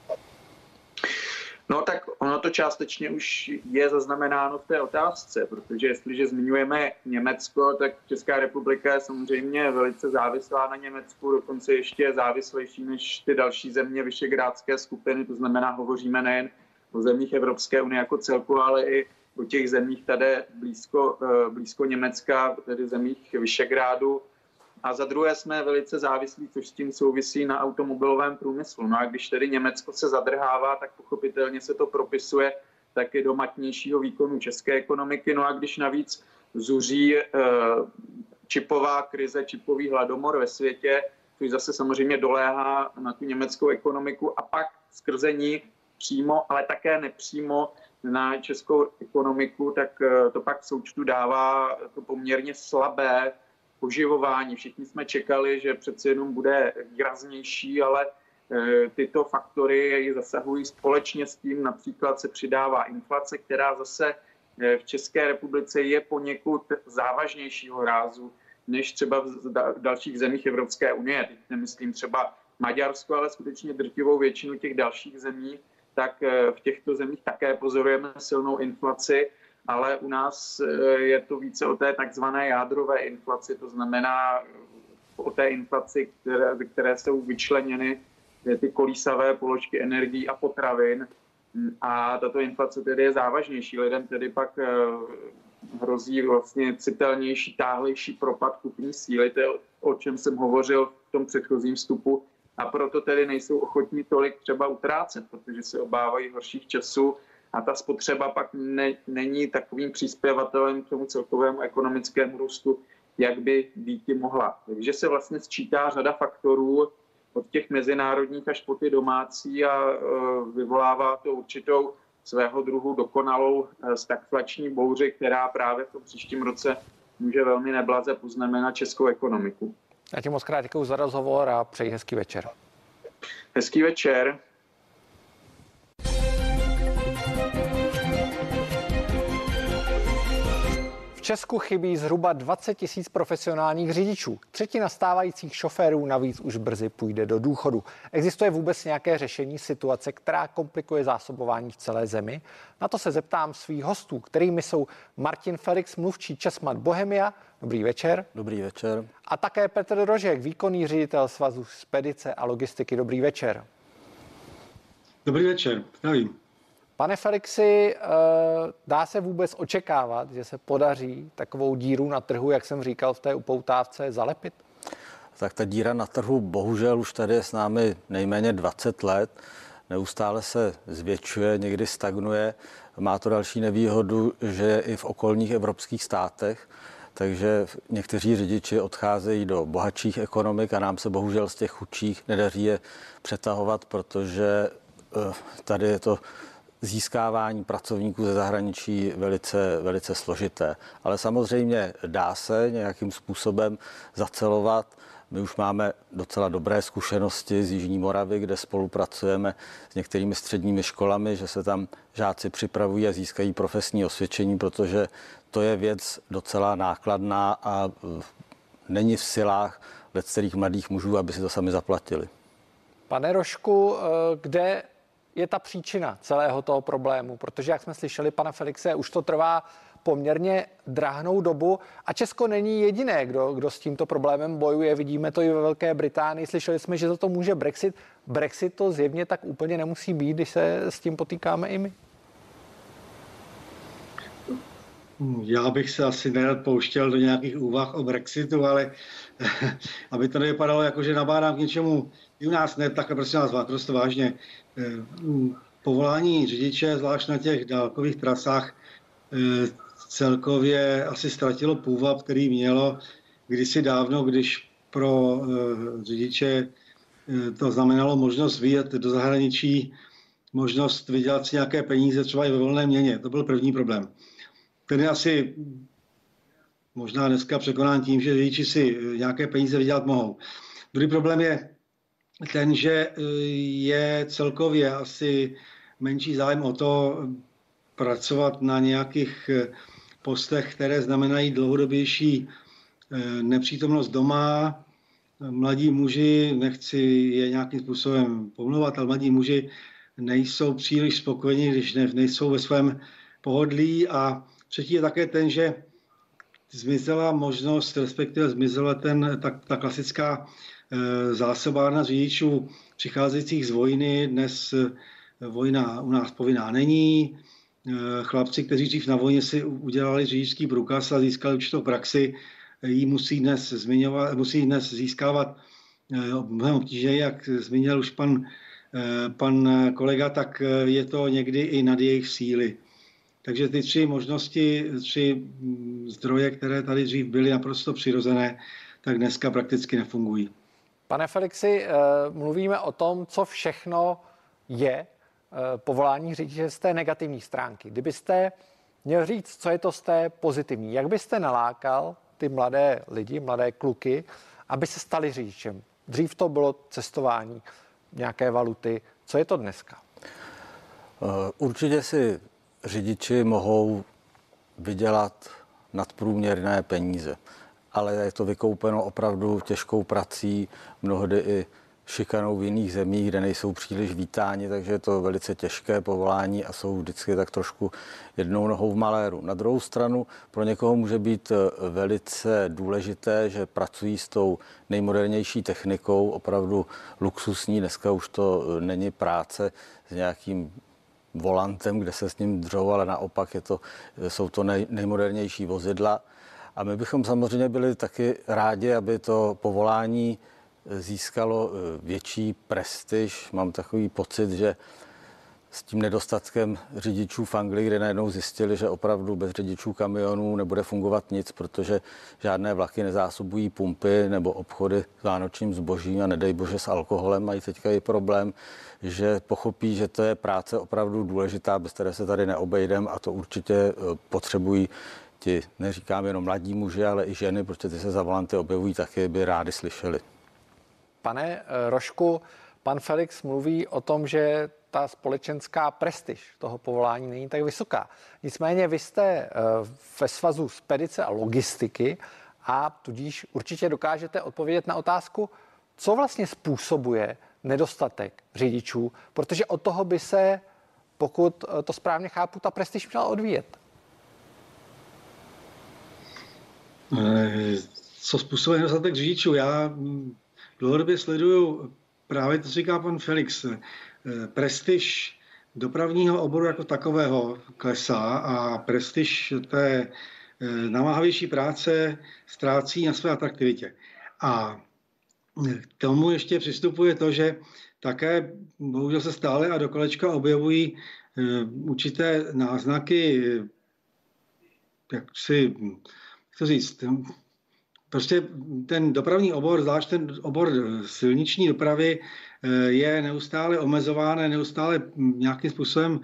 No tak ono to částečně už je zaznamenáno v té otázce, protože jestliže zmiňujeme Německo, tak Česká republika je samozřejmě velice závislá na Německu, dokonce ještě závislejší než ty další země Visegrádské skupiny, to znamená, hovoříme nejen o zemích Evropské unie jako celku, ale i o těch zemích tady blízko Německa, tedy zemích Visegrádu. A za druhé jsme velice závislí, což s tím souvisí na automobilovém průmyslu. No a když tedy Německo se zadrhává, tak pochopitelně se to propisuje taky do matnějšího výkonu české ekonomiky. No a když navíc zuří čipová krize, čipový hladomor ve světě, což zase samozřejmě doléhá na tu německou ekonomiku a pak skrze ní přímo, ale také nepřímo na českou ekonomiku, tak to pak v součtu dává to poměrně slabé oživování. Všichni jsme čekali, že přeci jenom bude výraznější, ale tyto faktory jej zasahují společně s tím. Například se přidává inflace, která zase v České republice je poněkud závažnějšího rázu než třeba v dalších zemích Evropské unie. Teď nemyslím třeba Maďarsko, ale skutečně drtivou většinu těch dalších zemí, tak v těchto zemích také pozorujeme silnou inflaci, ale u nás je to více o té takzvané jádrové inflaci, to znamená o té inflaci, které jsou vyčleněny ty kolísavé položky energií a potravin. A tato inflace tedy je závažnější. Lidem tedy pak hrozí vlastně citelnější, táhlejší propad kupní síly, to je o čem jsem hovořil v tom předchozím vstupu. A proto tedy nejsou ochotní tolik třeba utrácet, protože se obávají horších časů a ta spotřeba pak není takovým přispěvatelem k tomu celkovému ekonomickému růstu, jak by býti mohla. Takže se vlastně sčítá řada faktorů od těch mezinárodních až po ty domácí a vyvolává to určitou svého druhu dokonalou stagflační bouři, která právě v tom příštím roce může velmi neblaze poznamenat českou ekonomiku. Já ti moc krát děkuju za rozhovor a přeji hezký večer. Hezký večer. V Česku chybí zhruba 20 000 profesionálních řidičů. Třetina stávajících šoférů navíc už brzy půjde do důchodu. Existuje vůbec nějaké řešení situace, která komplikuje zásobování v celé zemi? Na to se zeptám svých hostů, kterými jsou Martin Felix, mluvčí Česmad Bohemia. Dobrý večer. Dobrý večer. A také Petr Rožek, výkonný ředitel Svazu Spedice a logistiky. Dobrý večer. Dobrý večer, zdravím. Pane Felixi, dá se vůbec očekávat, že se podaří takovou díru na trhu, jak jsem říkal v té upoutávce, zalepit? Tak ta díra na trhu bohužel už tady je s námi nejméně 20 let. Neustále se zvětšuje, někdy stagnuje. Má to další nevýhodu, že je i v okolních evropských státech, takže někteří řidiči odcházejí do bohatších ekonomik a nám se bohužel z těch chudších nedaří je přetahovat, protože tady je to získávání pracovníků ze zahraničí velice složité. Ale samozřejmě dá se nějakým způsobem zacelovat. My už máme docela dobré zkušenosti z Jižní Moravy, kde spolupracujeme s některými středními školami, že se tam žáci připravují a získají profesní osvědčení, protože to je věc docela nákladná a není v silách leckterých mladých mužů, aby si to sami zaplatili. Pane Rožku, kde je ta příčina celého toho problému? Protože, jak jsme slyšeli, pana Felixe, už to trvá poměrně drahnou dobu a Česko není jediné, kdo s tímto problémem bojuje. Vidíme to i ve Velké Británii. Slyšeli jsme, že za to může Brexit. Brexit to zjevně tak úplně nemusí být, když se s tím potýkáme i my. Já bych se asi nerad pouštěl do nějakých úvah o Brexitu, ale aby to nevypadalo jako, že nabádám k něčemu, i u nás ne, takhle prosím vás, naprosto vážně. Povolání řidiče, zvlášť na těch dálkových trasách, celkově asi ztratilo půvab, který mělo kdysi dávno, když pro řidiče to znamenalo možnost vyjet do zahraničí, možnost vydělat si nějaké peníze třeba i ve volné měně. To byl první problém. Ten je asi možná dneska překonán tím, že řidiči si nějaké peníze vydělat mohou. Druhý problém je ten, že je celkově asi menší zájem o to pracovat na nějakých postech, které znamenají dlouhodobější nepřítomnost doma. Mladí muži, nechci je nějakým způsobem pomlouvat, ale mladí muži nejsou příliš spokojeni, když nejsou ve svém pohodlí. A třetí je také ten, že zmizela možnost, respektive zmizela ta klasická zásobárna řidičů přicházejících z vojny. Dnes vojna u nás povinná není. Chlapci, kteří dřív na vojně si udělali řidičský průkaz a získali určitou praxi, ji musí dnes získávat mnohem obtížněji, jak zmínil už pan kolega, tak je to někdy i nad jejich síly. Takže ty tři možnosti, tři zdroje, které tady dřív byly naprosto přirozené, tak dneska prakticky nefungují. Pane Felixi, mluvíme o tom, co všechno je povolání řidiče z té negativní stránky. Kdybyste měl říct, co je to z té pozitivní, jak byste nalákal ty mladé lidi, mladé kluky, aby se stali řidičem? Dřív to bylo cestování, nějaké valuty. Co je to dneska? Určitě si řidiči mohou vydělat nadprůměrné peníze, ale je to vykoupeno opravdu těžkou prací, mnohdy i šikanou v jiných zemích, kde nejsou příliš vítáni, takže je to velice těžké povolání a jsou vždycky tak trošku jednou nohou v maléru. Na druhou stranu pro někoho může být velice důležité, že pracují s tou nejmodernější technikou, opravdu luxusní. Dneska už to není práce s nějakým volantem, kde se s ním dřou, ale naopak jsou to nejmodernější vozidla. A my bychom samozřejmě byli taky rádi, aby to povolání získalo větší prestiž. Mám takový pocit, že s tím nedostatkem řidičů v Anglii, kde najednou zjistili, že opravdu bez řidičů kamionů nebude fungovat nic, protože žádné vlaky nezásobují pumpy nebo obchody s vánočním zbožím a nedej bože s alkoholem. Mají teďka i problém, že pochopí, že to je práce opravdu důležitá, bez které se tady neobejdem a to určitě potřebují ti, neříkám jenom mladí muži, ale i ženy, protože ty se za volanty objevují taky, by rádi slyšeli. Pane Rošku, pan Felix mluví o tom, že ta společenská prestiž toho povolání není tak vysoká. Nicméně vy jste ve svazu spedice a logistiky a tudíž určitě dokážete odpovědět na otázku, co vlastně způsobuje nedostatek řidičů, protože od toho by se, pokud to správně chápu, ta prestiž měla odvíjet. Co způsobuje nedostatek řidičů? Já dlouhodobě sleduju právě to, co říká pan Felix. Prestiž dopravního oboru jako takového klesá a prestiž té namáhavější práce ztrácí na své atraktivitě. A k tomu ještě přistupuje to, že také bohužel se stále a do kolečka objevují určité náznaky, jak to říct, prostě ten dopravní obor, zvlášť ten obor silniční dopravy, je neustále omezován, neustále nějakým způsobem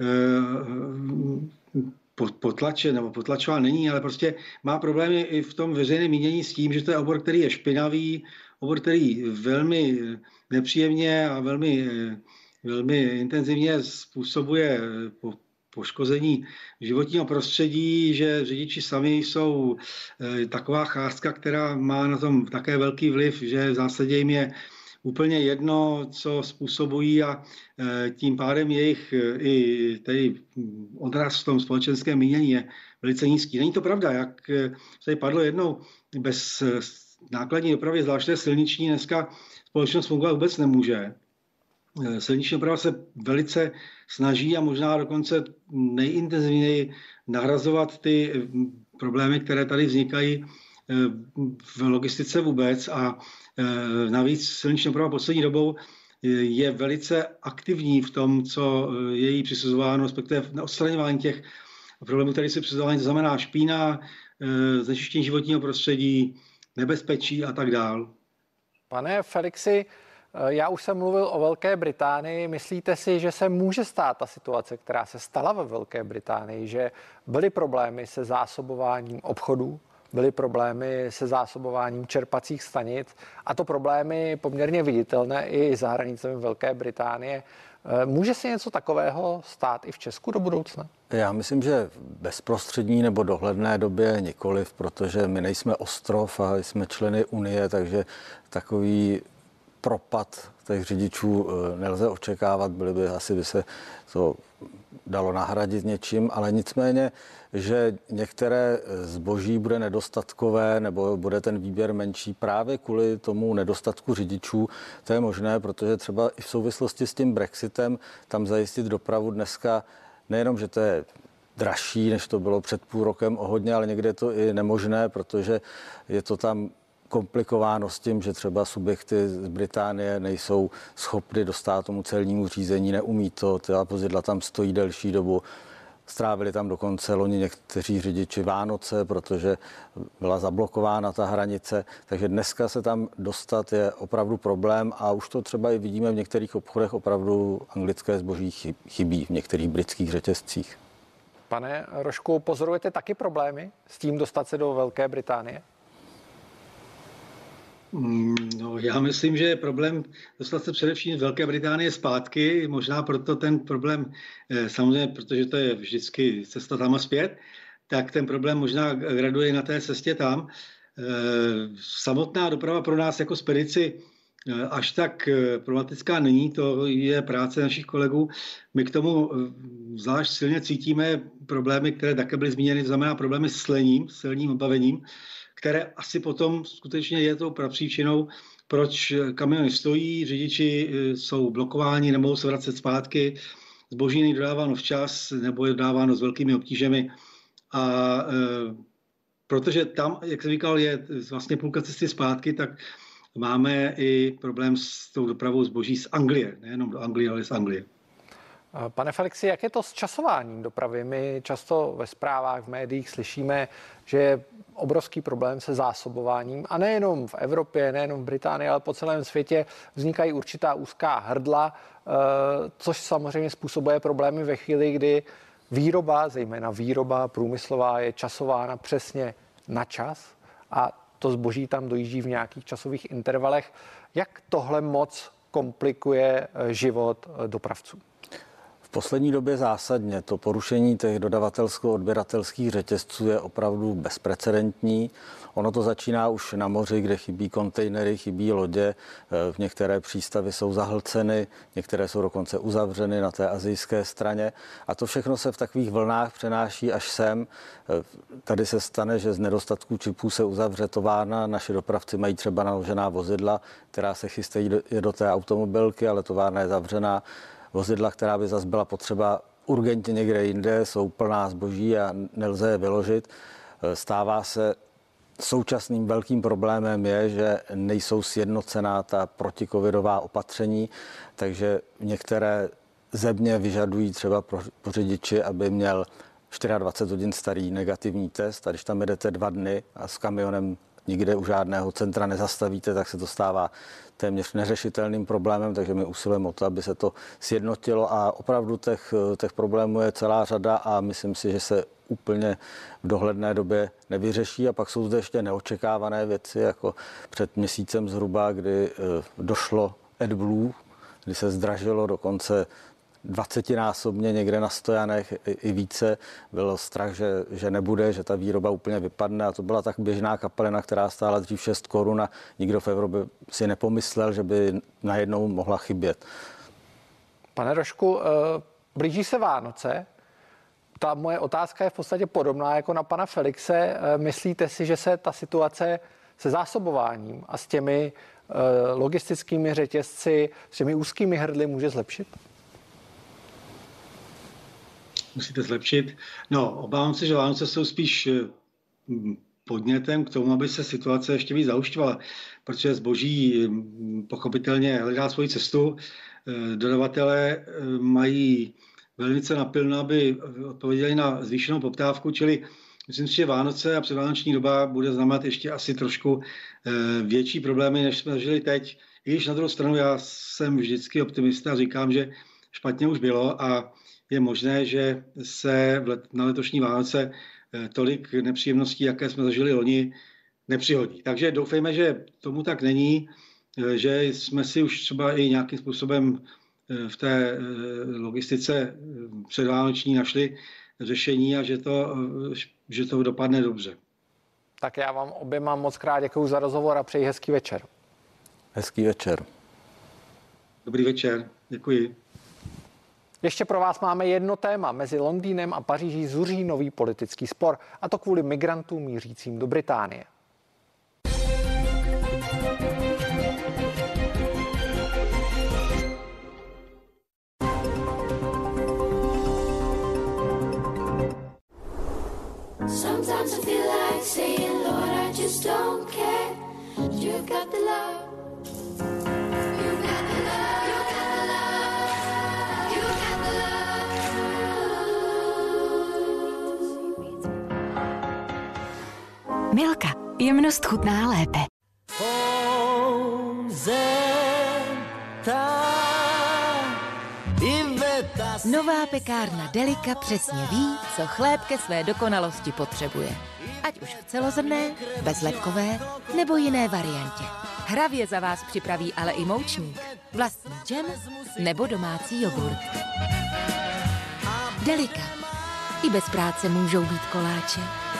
potlačen, nebo potlačován není, ale prostě má problémy i v tom veřejném mínění s tím, že to je obor, který je špinavý, obor, který velmi nepříjemně a velmi intenzivně způsobuje poškození životního prostředí, že řidiči sami jsou taková chástka, která má na tom také velký vliv, že v zásadě jim je úplně jedno, co způsobují a tím pádem jejich i tady odraz v tom společenském mínění je velice nízký. Není to pravda, jak tady padlo jednou, bez nákladní dopravy, zvláště silniční, dneska společnost fungovat vůbec nemůže. Silniční doprava se velice snaží a možná dokonce nejintenzivněji nahrazovat ty problémy, které tady vznikají v logistice vůbec a navíc silniční doprava poslední dobou je velice aktivní v tom, co je jí přisuzováno, respektive na odstraňování těch problémů, které jsou přisuzovány, to znamená špína, znečištění životního prostředí, nebezpečí a tak dál. Pane Felixi, já už jsem mluvil o Velké Británii. Myslíte si, že se může stát ta situace, která se stala ve Velké Británii, že byly problémy se zásobováním obchodů, byly problémy se zásobováním čerpacích stanic a to problémy poměrně viditelné i za hranicemi Velké Británie. Může se něco takového stát i v Česku do budoucna? Já myslím, že bezprostřední nebo dohledné době nikoliv, protože my nejsme ostrov a jsme členy Unie, takže takový propad těch řidičů nelze očekávat, by se to dalo nahradit něčím, ale nicméně, že některé zboží bude nedostatkové nebo bude ten výběr menší právě kvůli tomu nedostatku řidičů, to je možné, protože třeba i v souvislosti s tím Brexitem tam zajistit dopravu dneska nejenom, že to je dražší, než to bylo před půl rokem o hodně, ale někde je to i nemožné, protože je to tam komplikováno s tím, že třeba subjekty z Británie nejsou schopny dostat tomu celnímu řízení, neumí to, ta vozidla tam stojí delší dobu. Strávili tam dokonce loni někteří řidiči Vánoce, protože byla zablokována ta hranice, takže dneska se tam dostat je opravdu problém a už to třeba i vidíme v některých obchodech, opravdu anglické zboží chybí v některých britských řetězcích. Pane Rošku, pozorujete taky problémy s tím dostat se do Velké Británie? No, já myslím, že je problém dostat se především z Velké Británie zpátky, možná proto ten problém, samozřejmě, protože to je vždycky cesta tam a zpět, tak ten problém možná graduje na té cestě tam. Samotná doprava pro nás jako spedici až tak problematická není, to je práce našich kolegů. My k tomu zvlášť silně cítíme problémy, které také byly zmíněny, to znamená problémy s silním obavením, které asi potom skutečně je tou příčinou, proč kamiony stojí, řidiči jsou blokováni, nemohou se vracet zpátky, zboží není dodáváno včas nebo je dodáváno s velkými obtížemi. A protože tam, jak jsem říkal, je vlastně půlka cesty zpátky, tak máme i problém s tou dopravou zboží z Anglie, nejenom do Anglie, ale z Anglie. Pane Felixi, jak je to s časováním dopravy? My často ve zprávách, v médiích slyšíme, že je obrovský problém se zásobováním a nejenom v Evropě, nejenom v Británii, ale po celém světě vznikají určitá úzká hrdla, což samozřejmě způsobuje problémy ve chvíli, kdy výroba, zejména výroba průmyslová, je časována přesně na čas a to zboží tam dojíždí v nějakých časových intervalech. Jak tohle moc komplikuje život dopravců? V poslední době zásadně. To porušení těch dodavatelsko-odběratelských řetězců je opravdu bezprecedentní. Ono to začíná už na moři, kde chybí kontejnery, chybí lodě. V některé přístavy jsou zahlceny, některé jsou dokonce uzavřeny na té asijské straně. A to všechno se v takových vlnách přenáší až sem. Tady se stane, že z nedostatku čipů se uzavře továrna. Naši dopravci mají třeba naložená vozidla, která se chystají do té automobilky, ale továrna je zavřená. Vozidla, která by zase byla potřeba urgentně někde jinde, jsou plná zboží a nelze je vyložit. Stává se současným velkým problémem je, že nejsou sjednocená ta protikovidová opatření, takže některé země vyžadují třeba pro řidiči, aby měl 24 hodin starý negativní test a když tam jedete 2 dny a s kamionem nikde u žádného centra nezastavíte, tak se to stává téměř neřešitelným problémem, takže my usilujeme o to, aby se to sjednotilo a opravdu těch problémů je celá řada a myslím si, že se úplně v dohledné době nevyřeší a pak jsou zde ještě neočekávané věci, jako před měsícem zhruba, kdy došlo AdBlue, kdy se zdražilo dokonce 20násobně někde na stojanech i více. Bylo strach, že nebude, že ta výroba úplně vypadne a to byla tak běžná kapalina, která stála dřív 6 korun a nikdo v Evropě si nepomyslel, že by najednou mohla chybět. Pane Rožku, blíží se Vánoce. Ta moje otázka je v podstatě podobná jako na pana Felixe. Myslíte si, že se ta situace se zásobováním a s těmi logistickými řetězci, s těmi úzkými hrdly může zlepšit? Musíte zlepšit. No, obávám se, že Vánoce jsou spíš podnětem k tomu, aby se situace ještě víc zahušťovala, protože zboží pochopitelně hledá svoji cestu. Dodavatelé mají velmi napilno, aby odpověděli na zvýšenou poptávku, čili myslím si, že Vánoce a předvánoční doba bude znamenat ještě asi trošku větší problémy, než jsme zažili teď. I když na druhou stranu já jsem vždycky optimista a říkám, že špatně už bylo a je možné, že se na letošní Vánoce tolik nepříjemností, jaké jsme zažili loni, nepřihodí. Takže doufejme, že tomu tak není, že jsme si už třeba i nějakým způsobem v té logistice předvánoční našli řešení a že to dopadne dobře. Tak já vám oběma moc krát děkuju za rozhovor a přeji hezký večer. Hezký večer. Dobrý večer, děkuji. Ještě pro vás máme jedno téma. Mezi Londýnem a Paříží zuří nový politický spor, a to kvůli migrantům mířícím do Británie. Sometimes I feel like saying, Lord, I just don't care. You've got the love. You've got the love. You've got the love. You've got the love. Milka. Jemnost chutná lépe. Nová pekárna Delika přesně ví, co chléb ke své dokonalosti potřebuje. Ať už v celozrnné, bezlepkové nebo jiné variantě. Hravě za vás připraví ale i moučník, vlastní džem nebo domácí jogurt. Delika. I bez práce můžou být koláče.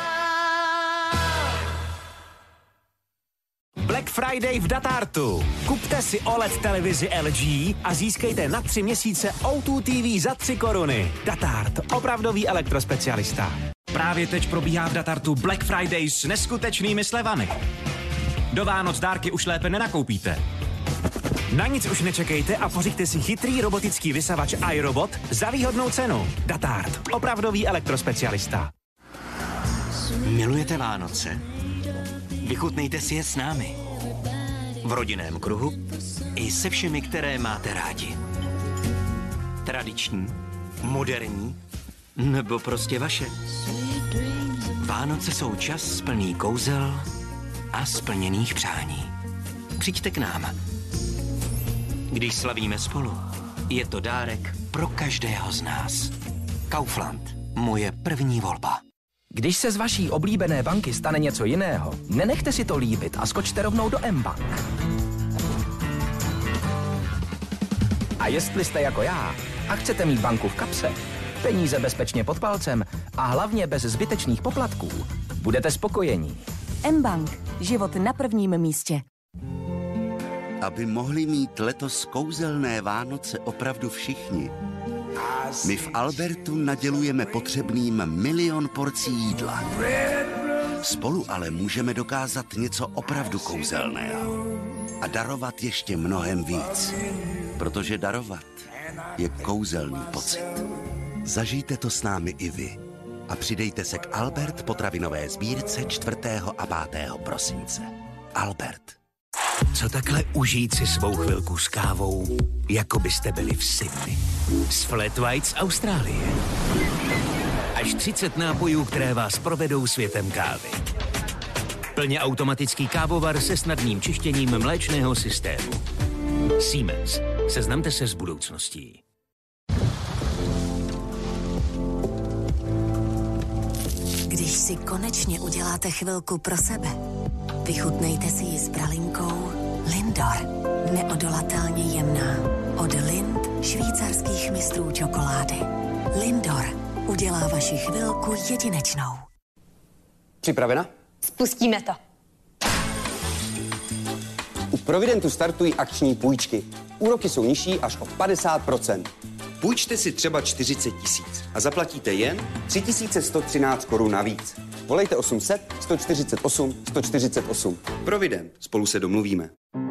Black Friday v Datartu. Kupte si OLED televizi LG a získejte na 3 měsíce O2 TV za 3 koruny. Datart, opravdový elektrospecialista. Právě teď probíhá v Datartu Black Friday s neskutečnými slevami. Do Vánoc dárky už lépe nenakoupíte. Na nic už nečekejte a pořiďte si chytrý robotický vysavač iRobot za výhodnou cenu. Datart, opravdový elektrospecialista. Milujete Vánoce? Vychutnejte si je s námi. V rodinném kruhu i se všemi, které máte rádi. Tradiční, moderní nebo prostě vaše? Vánoce jsou čas plný kouzel a splněných přání. Přijďte k nám. Když slavíme spolu, je to dárek pro každého z nás. Kaufland. Moje první volba. Když se z vaší oblíbené banky stane něco jiného, nenechte si to líbit a skočte rovnou do mBank. A jestli jste jako já a chcete mít banku v kapse, peníze bezpečně pod palcem a hlavně bez zbytečných poplatků, budete spokojení. mBank. Život na prvním místě. Aby mohli mít letos kouzelné Vánoce opravdu všichni, my v Albertu nadělujeme potřebným 1 milion porcí jídla. Spolu ale můžeme dokázat něco opravdu kouzelného a darovat ještě mnohem víc, protože darovat je kouzelný pocit. Zažijte to s námi i vy a přidejte se k Albert potravinové sbírce 4. a 5. prosince. Albert. Co takhle užít si svou chvilku s kávou, jako byste byli v Sydney. Z Flat White z Austrálie. Až 30 nápojů, které vás provedou světem kávy. Plně automatický kávovar se snadným čištěním mléčného systému. Siemens. Seznamte se s budoucností. Když si konečně uděláte chvilku pro sebe, vychutnejte si ji s pralinkou Lindor. Neodolatelně jemná. Od Lind, švýcarských mistrů čokolády. Lindor udělá vaši chvilku jedinečnou. Připravena? Spustíme to. U Providentu startují akční půjčky. Úroky jsou nižší až o 50%. Půjčte si třeba 40 000 a zaplatíte jen 3113 korun navíc. Volejte 800 148 148. Provident. Spolu se domluvíme.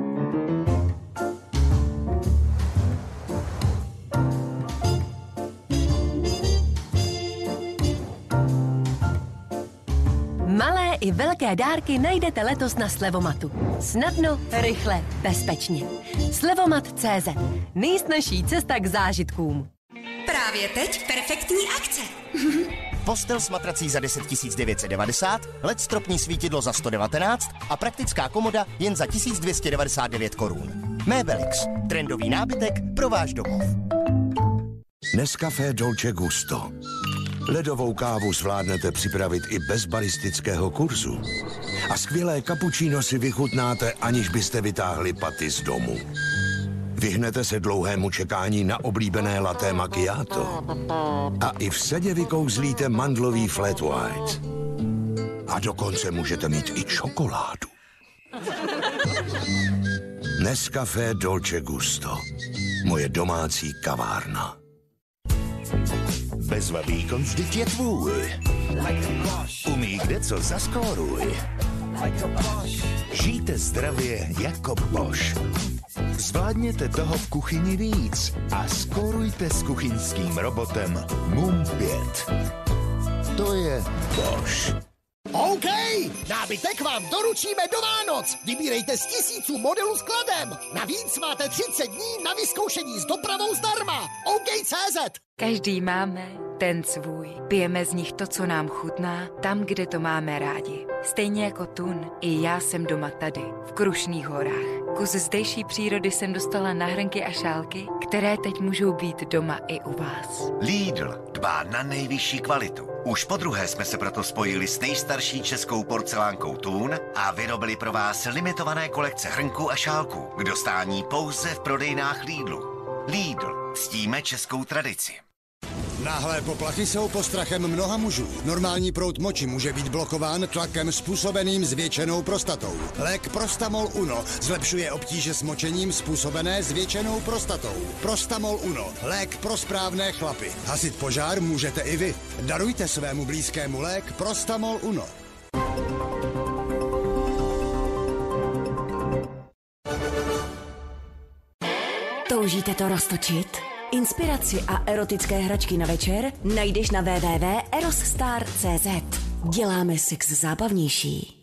Malé i velké dárky najdete letos na Slevomatu. Snadno, rychle, bezpečně. Slevomat.cz. Nejsnažší cesta k zážitkům. Právě teď perfektní akce. Postel s matrací za 10 990, LED stropní svítidlo za 119 a praktická komoda jen za 1299 korun. Mebelix. Trendový nábytek pro váš domov. Nescafé Dolce Gusto. Ledovou kávu zvládnete připravit i bez baristického kurzu. A skvělé kapučíno si vychutnáte, aniž byste vytáhli paty z domu. Vyhnete se dlouhému čekání na oblíbené latte macchiato. A i v sedě vykouzlíte mandlový flat white. A dokonce můžete mít i čokoládu. Nescafé Dolce Gusto. Moje domácí kavárna. Bezvadný výkon vždyť je tvůj. Umí kdeco zaskóruj. Žijte zdravě jako Bosch. Zvládněte toho v kuchyni víc a skórujte s kuchyňským robotem MUM 5. To je Bosch. OK, nábytek vám doručíme do Vánoc. Vybírejte z 1000 modelů s kladem. Navíc máte 30 dní na vyzkoušení s dopravou zdarma. OK.cz. Každý máme ten svůj. Pijeme z nich to, co nám chutná, tam, kde to máme rádi. Stejně jako Tun, i já jsem doma tady, v Krušných horách. Kus zdejší přírody jsem dostala na hrnky a šálky, které teď můžou být doma i u vás. Lidl dbá na nejvyšší kvalitu. Už podruhé jsme se proto spojili s nejstarší českou porcelánkou Tun a vyrobili pro vás limitované kolekce hrnků a šálků k dostání pouze v prodejnách Lidlu. Lidl. Ctíme českou tradici. Náhlé poplachy jsou postrachem mnoha mužů. Normální proud moči může být blokován tlakem způsobeným zvětšenou prostatou. Lék Prostamol Uno zlepšuje obtíže s močením způsobené zvětšenou prostatou. Prostamol Uno. Lék pro správné chlapy. Hasit požár můžete i vy. Darujte svému blízkému lék Prostamol Uno. Toužíte to roztočit? Inspiraci a erotické hračky na večer najdeš na www.erosstar.cz. Děláme sex zábavnější.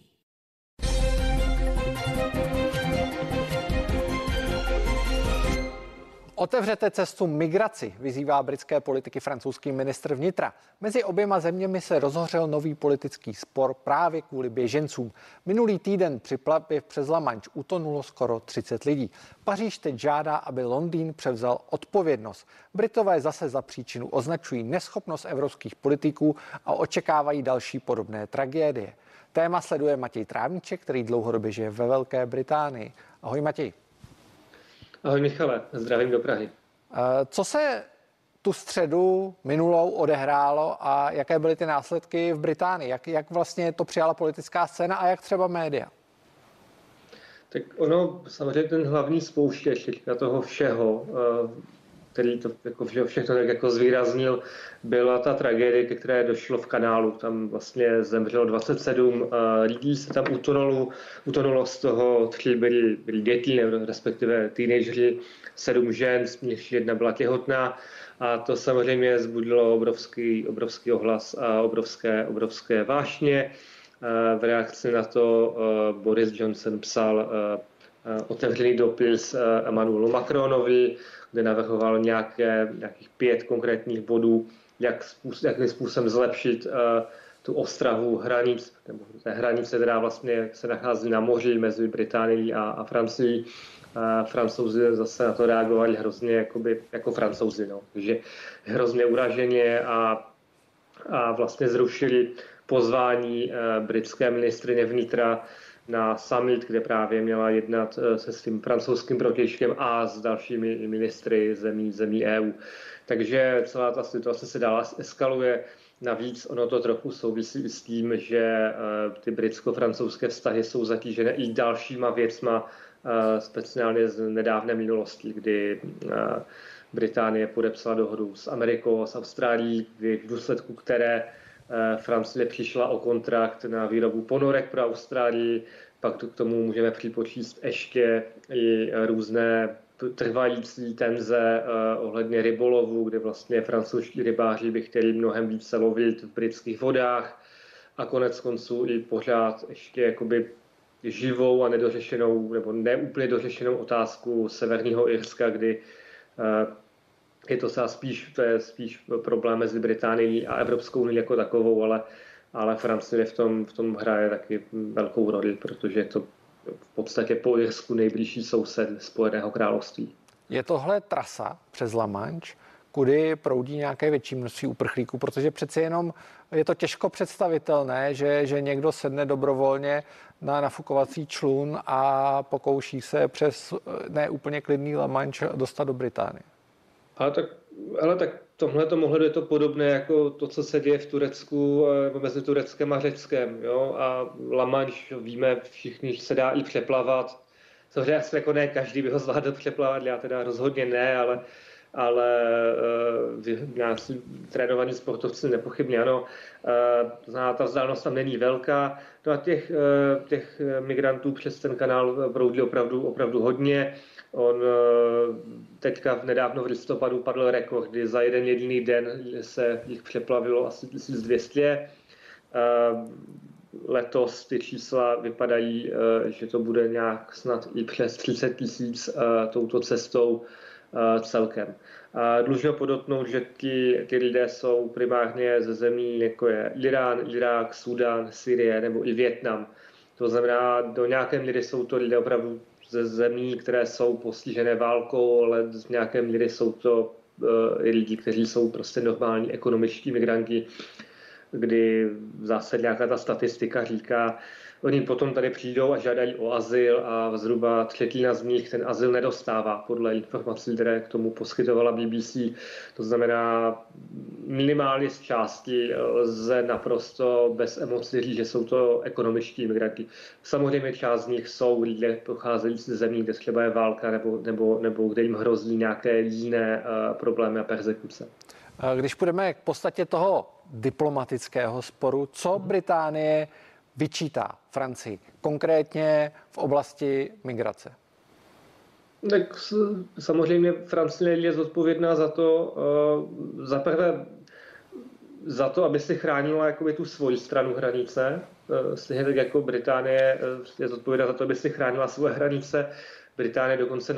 Otevřete cestu migraci, vyzývá britské politiky francouzský ministr vnitra. Mezi oběma zeměmi se rozhořel nový politický spor právě kvůli běžencům. Minulý týden při plavbě přes La Manche utonulo skoro 30 lidí. Paříž teď žádá, aby Londýn převzal odpovědnost. Britové zase za příčinu označují neschopnost evropských politiků a očekávají další podobné tragédie. Téma sleduje Matěj Trávníček, který dlouhodobě žije ve Velké Británii. Ahoj Matěj. Ahoj Michale, zdravím do Prahy. Co se tu středu minulou odehrálo a jaké byly ty následky v Británii? Jak vlastně to přijala politická scéna a jak třeba média? Tak ono, samozřejmě ten hlavní spouštěč toho všeho, který to jako všechno tak jako zvýraznil, byla ta tragédie, ke které došlo v kanálu. Tam vlastně zemřelo 27 lidí, se tam utonulo z toho 3 byli děti, respektive teenageři, 7 žen, z nich 1 byla těhotná. A to samozřejmě zbudilo obrovský ohlas a obrovské vášně. V reakci na to Boris Johnson psal otevřený dopis Emmanuelu Macronovi, kde navrhoval nějakých 5 konkrétních bodů, jakým způsobem zlepšit tu ostrahu hranic, nebo té hranice, která vlastně se nachází na moři mezi Británií a Francií. Francouzi zase na to reagovali hrozně jako Francouzi, no. Takže hrozně uraženě a vlastně zrušili pozvání britské ministryně vnitra na summit, kde právě měla jednat se svým francouzským protějškem a s dalšími ministry zemí EU. Takže celá ta situace se dál eskaluje. Navíc ono to trochu souvisí s tím, že ty britsko-francouzské vztahy jsou zatížené i dalšíma věcma, speciálně z nedávné minulosti, kdy Británie podepsala dohodu s Amerikou a s Austrálií, v důsledku které Francie přišla o kontrakt na výrobu ponorek pro Austrálii, pak k tomu můžeme připočíst ještě i různé trvající tenze ohledně rybolovu, kde vlastně francouzští rybáři by chtěli mnohem více lovit v britských vodách a konec konců i pořád ještě jakoby živou a nedořešenou nebo neúplně dořešenou otázku Severního Irska, kdy je to spíš problém mezi Británií a Evropskou unii jako takovou, ale Francie v tom hraje taky velkou roli, protože je to v podstatě po Irsku nejbližší soused Spojeného království. Je tohle trasa přes La Manche, kudy proudí nějaké větší množství uprchlíků, protože přeci jenom je to těžko představitelné, že někdo sedne dobrovolně na nafukovací člun a pokouší se přes neúplně klidný La Manche dostat do Británie. Ale tak tomhletom ohledu je to podobné jako to, co se děje v Turecku mezi Tureckem a Řeckem. Jo? A La Manche, víme všichni, že se dá i přeplavat. Samozřejmě asi jako ne každý by ho zvládl přeplavat, já teda rozhodně ne, ale nějací trénovaní sportovci nepochybně ano. Ta vzdálenost tam není velká. No a těch migrantů přes ten kanál proudí opravdu hodně. Teďka nedávno v listopadu padl rekord, kdy za jeden jediný den se jich přeplavilo asi 1200. Letos ty čísla vypadají, že to bude nějak snad i přes 30 000 touto cestou celkem. Dlužno podotknout, že ty lidé jsou primárně ze zemí, jako je Irán, Irák, Súdán, Syrie nebo i Vietnam. To znamená, do nějaké míry jsou to lidé opravdu ze zemí, které jsou postižené válkou, ale z nějaké míry jsou to i lidi, kteří jsou prostě normální ekonomičtí migranti, kdy v zásadě nějaká ta statistika říká, oni potom tady přijdou a žádají o azyl a zhruba 1/3 z nich ten azyl nedostává, podle informací, které k tomu poskytovala BBC. To znamená, minimálně z části lze naprosto bez emocí říct, že jsou to ekonomičtí migranti. Samozřejmě část z nich jsou lidé pocházející ze zemí, kde třeba je válka nebo kde jim hrozí nějaké jiné problémy a perzekuce. Když půjdeme k podstatě toho diplomatického sporu, co Británie vyčítá Francii, konkrétně v oblasti migrace? Tak samozřejmě Francie je zodpovědná za to, zaprvé za to, aby si chránila jakoby tu svoji stranu hranice. Stejně tak jako Británie je zodpovědná za to, aby si chránila svoje hranice. Británie dokonce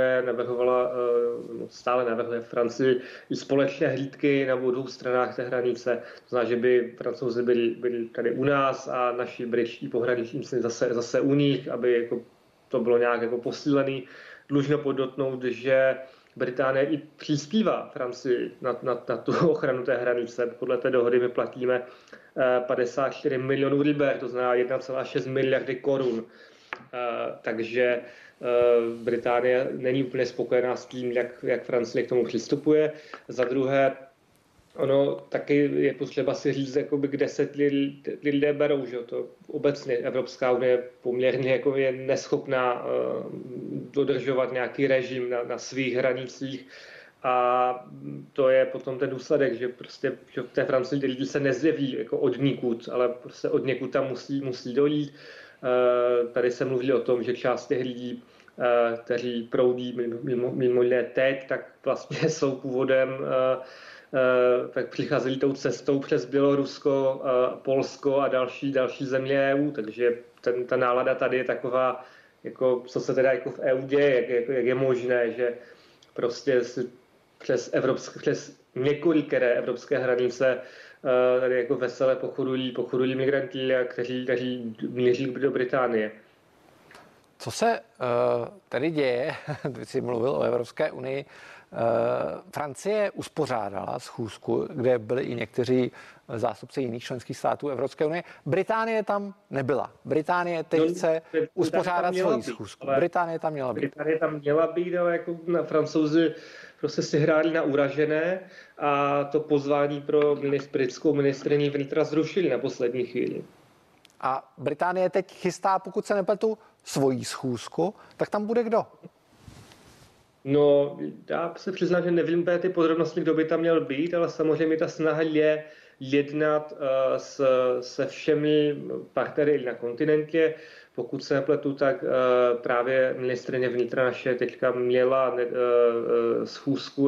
stále navrhuje Francii i společné hlídky na obou stranách té hranice. To znamená, že by Francouzi byli tady u nás a naši britští pohraničníci zase u nich, aby jako to bylo nějak jako posílený. Dlužno podotknout, že Británie i přispívá Francii na tu ochranu té hranice. Podle té dohody my platíme 54 milionů liber, to znamená 1,6 miliardy korun. Takže Británie není úplně spokojená s tím, jak Francie k tomu přistupuje. Za druhé, ono taky je potřeba si říct, jakoby, kde se lidé berou. Že? To obecně Evropská unie poměrně jako je neschopná dodržovat nějaký režim na svých hranicích. A to je potom ten důsledek, že prostě že v té Francii lidi se nezjeví jako odnikud, ale prostě odněkud tam musí dojít. Tady se mluví o tom, že část těch lidí, kteří proudí mimo jiné teď, tak vlastně jsou původem, tak přicházeli tou cestou přes Bělorusko, Polsko a další země EU, takže ta nálada tady je taková, jako, co se teda jako v EU děje, jak je možné, že prostě si přes několikeré evropské hranice tady jako vesele pochodují migranti, kteří míří do Británie. Co se tady děje, když jsi mluvil o Evropské unii, Francie uspořádala schůzku, kde byli i někteří zástupci jiných členských států Evropské unie. Británie tam nebyla. Británie teď chce uspořádat svoji schůzku. Británie tam měla být, ale jako na Francouzi prostě si hráli na uražené a to pozvání pro britskou ministryni vnitra zrušili na poslední chvíli. A Británie teď chystá, pokud se nepletu, svoji schůzku, tak tam bude kdo? No, já se přiznám, že nevím ty podrobnosti, kdo by tam měl být, ale samozřejmě ta snaha je jednat se všemi partnery na kontinentě. Pokud se nepletu, tak právě ministryně vnitra naše teďka měla schůzku,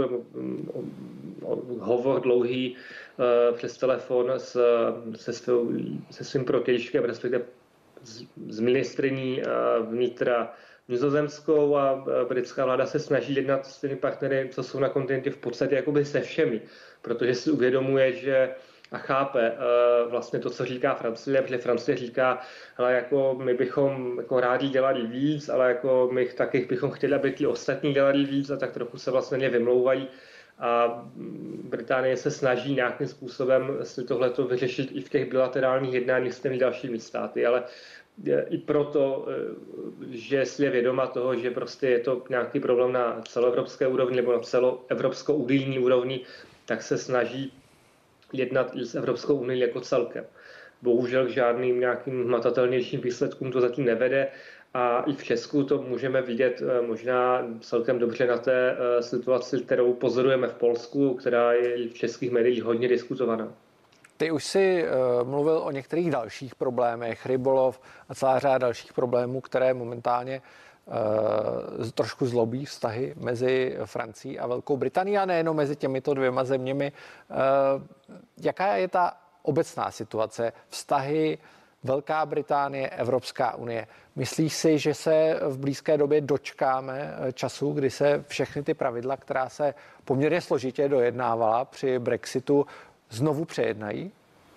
hovor dlouhý přes telefon se svým protějškem, respektive s ministryní vnitra nizozemskou, a britská vláda se snaží jednat s těmi partnery, co jsou na kontinentě, v podstatě jakoby se všemi, protože si uvědomuje, že a chápe vlastně to, co říká Francie, protože Francie říká, ale jako my bychom jako rádi dělali víc, ale jako my taky bychom chtěli, aby ti ostatní dělali víc, a tak trochu se vlastně vymlouvají. A Británie se snaží nějakým způsobem si tohleto vyřešit i v těch bilaterálních jednáních s těmi dalšími státy, ale i proto, že si je vědoma toho, že prostě je to nějaký problém na celoevropské úrovni nebo na celoevropskou unijní úrovni, tak se snaží jednat i s Evropskou unii jako celkem. Bohužel k žádným nějakým hmatatelnějším výsledkům to zatím nevede a i v Česku to můžeme vidět možná celkem dobře na té situaci, kterou pozorujeme v Polsku, která je i v českých médiích hodně diskutovaná. Ty už si mluvil o některých dalších problémech, rybolov a celá řada dalších problémů, které momentálně trošku zlobí vztahy mezi Francií a Velkou Británií a nejenom mezi těmito dvěma zeměmi. Jaká je ta obecná situace? Vztahy Velká Británie, Evropská unie. Myslíš si, že se v blízké době dočkáme času, kdy se všechny ty pravidla, která se poměrně složitě dojednávala při Brexitu, znovu přejednají?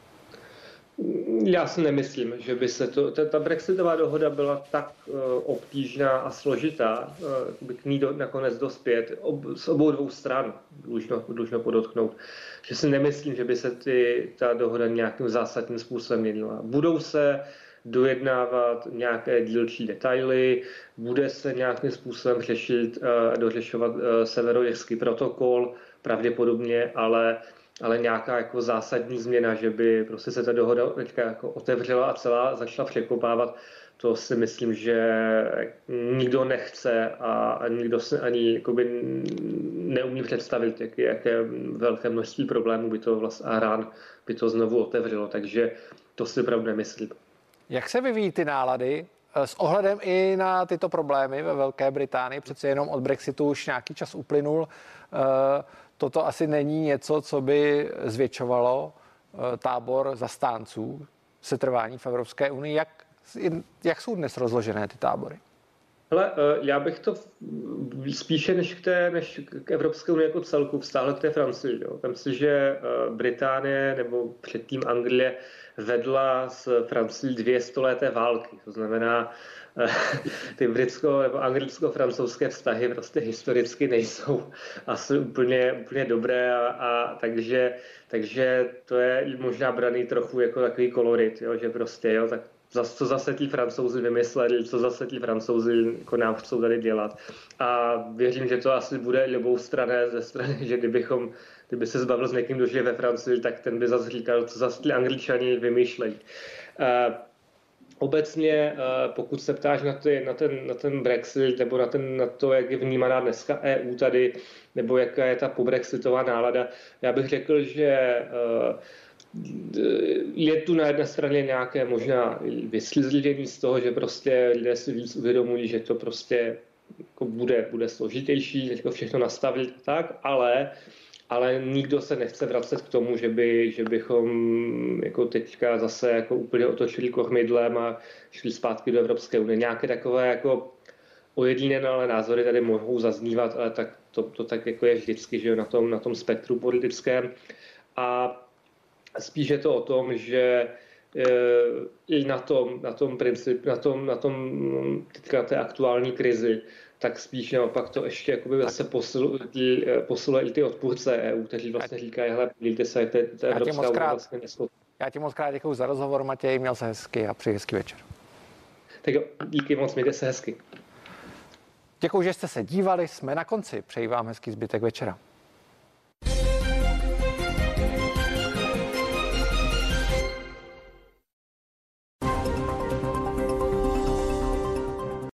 Já si nemyslím, že by se ta brexitová dohoda byla tak obtížná a složitá, by k ní nakonec dospět z obou dvou stran, dlužno podotknout, že si nemyslím, že by se ta dohoda nějakým zásadním způsobem měnila. Budou se dojednávat nějaké dílčí detaily, bude se nějakým způsobem dořešovat severoirský protokol, pravděpodobně, ale nějaká jako zásadní změna, že by prostě se ta dohoda teďka jako otevřela a celá začala překopávat, to si myslím, že nikdo nechce a nikdo se ani jakoby neumí představit, jaké velké množství problémů by to vlastně a rán by to znovu otevřelo, takže to si opravdu nemyslím. Jak se vyvíjí ty nálady s ohledem i na tyto problémy ve Velké Británii? Přece jenom od Brexitu už nějaký čas uplynul. Toto asi není něco, co by zvětšovalo tábor zastánců setrvání v Evropské unii. Jak jsou dnes rozložené ty tábory? Ale já bych to spíše než k Evropské unii jako celku vztáhl k té Francii. Tam si, že Británie nebo předtím Anglie vedla s Francií 2 stoleté války. To znamená, ty britsko- nebo anglicko-francouzské vztahy prostě historicky nejsou asi úplně dobré a takže to je možná braný trochu jako takový kolorit, jo, že prostě jo, tak co zase ti Francouzi vymysleli, co zase ti Francouzi jako nám chcou tady dělat. A věřím, že to asi bude oboustranné ze strany, že kdyby se zbavil s někým, kdo žije ve Francii, tak ten by zase říkal, co zase ti Angličani vymýšlejí. Obecně, pokud se ptáš na ten Brexit nebo na to, jak je vnímaná dneska EU tady, nebo jaká je ta pobrexitová nálada, já bych řekl, že je tu na jedné straně nějaké možná vyslizlivění z toho, že prostě lidé si víc uvědomují, že to prostě jako bude složitější, teďko všechno nastavit tak, ale nikdo se nechce vracet k tomu, že bychom jako teďka zase jako úplně otočili kormidlem a šli zpátky do Evropské unie. Nějaké takové jako ojedinělé názory tady mohou zaznívat, ale tak to tak jako je vždycky, že na tom spektru politickém. A spíš je to o tom, že i na té aktuální krizi, tak spíš naopak to ještě jakoby zase posiluje i ty odpůrce EU, kteří vlastně říkají, hele, podívejte se, to je Evropská unie vlastně neschopná. Já ti moc krát děkuju za rozhovor, Matěj, měl se hezky a přeji hezký večer. Tak jo, díky moc, mějte se hezky. Děkuju, že jste se dívali, jsme na konci, přeji vám hezký zbytek večera.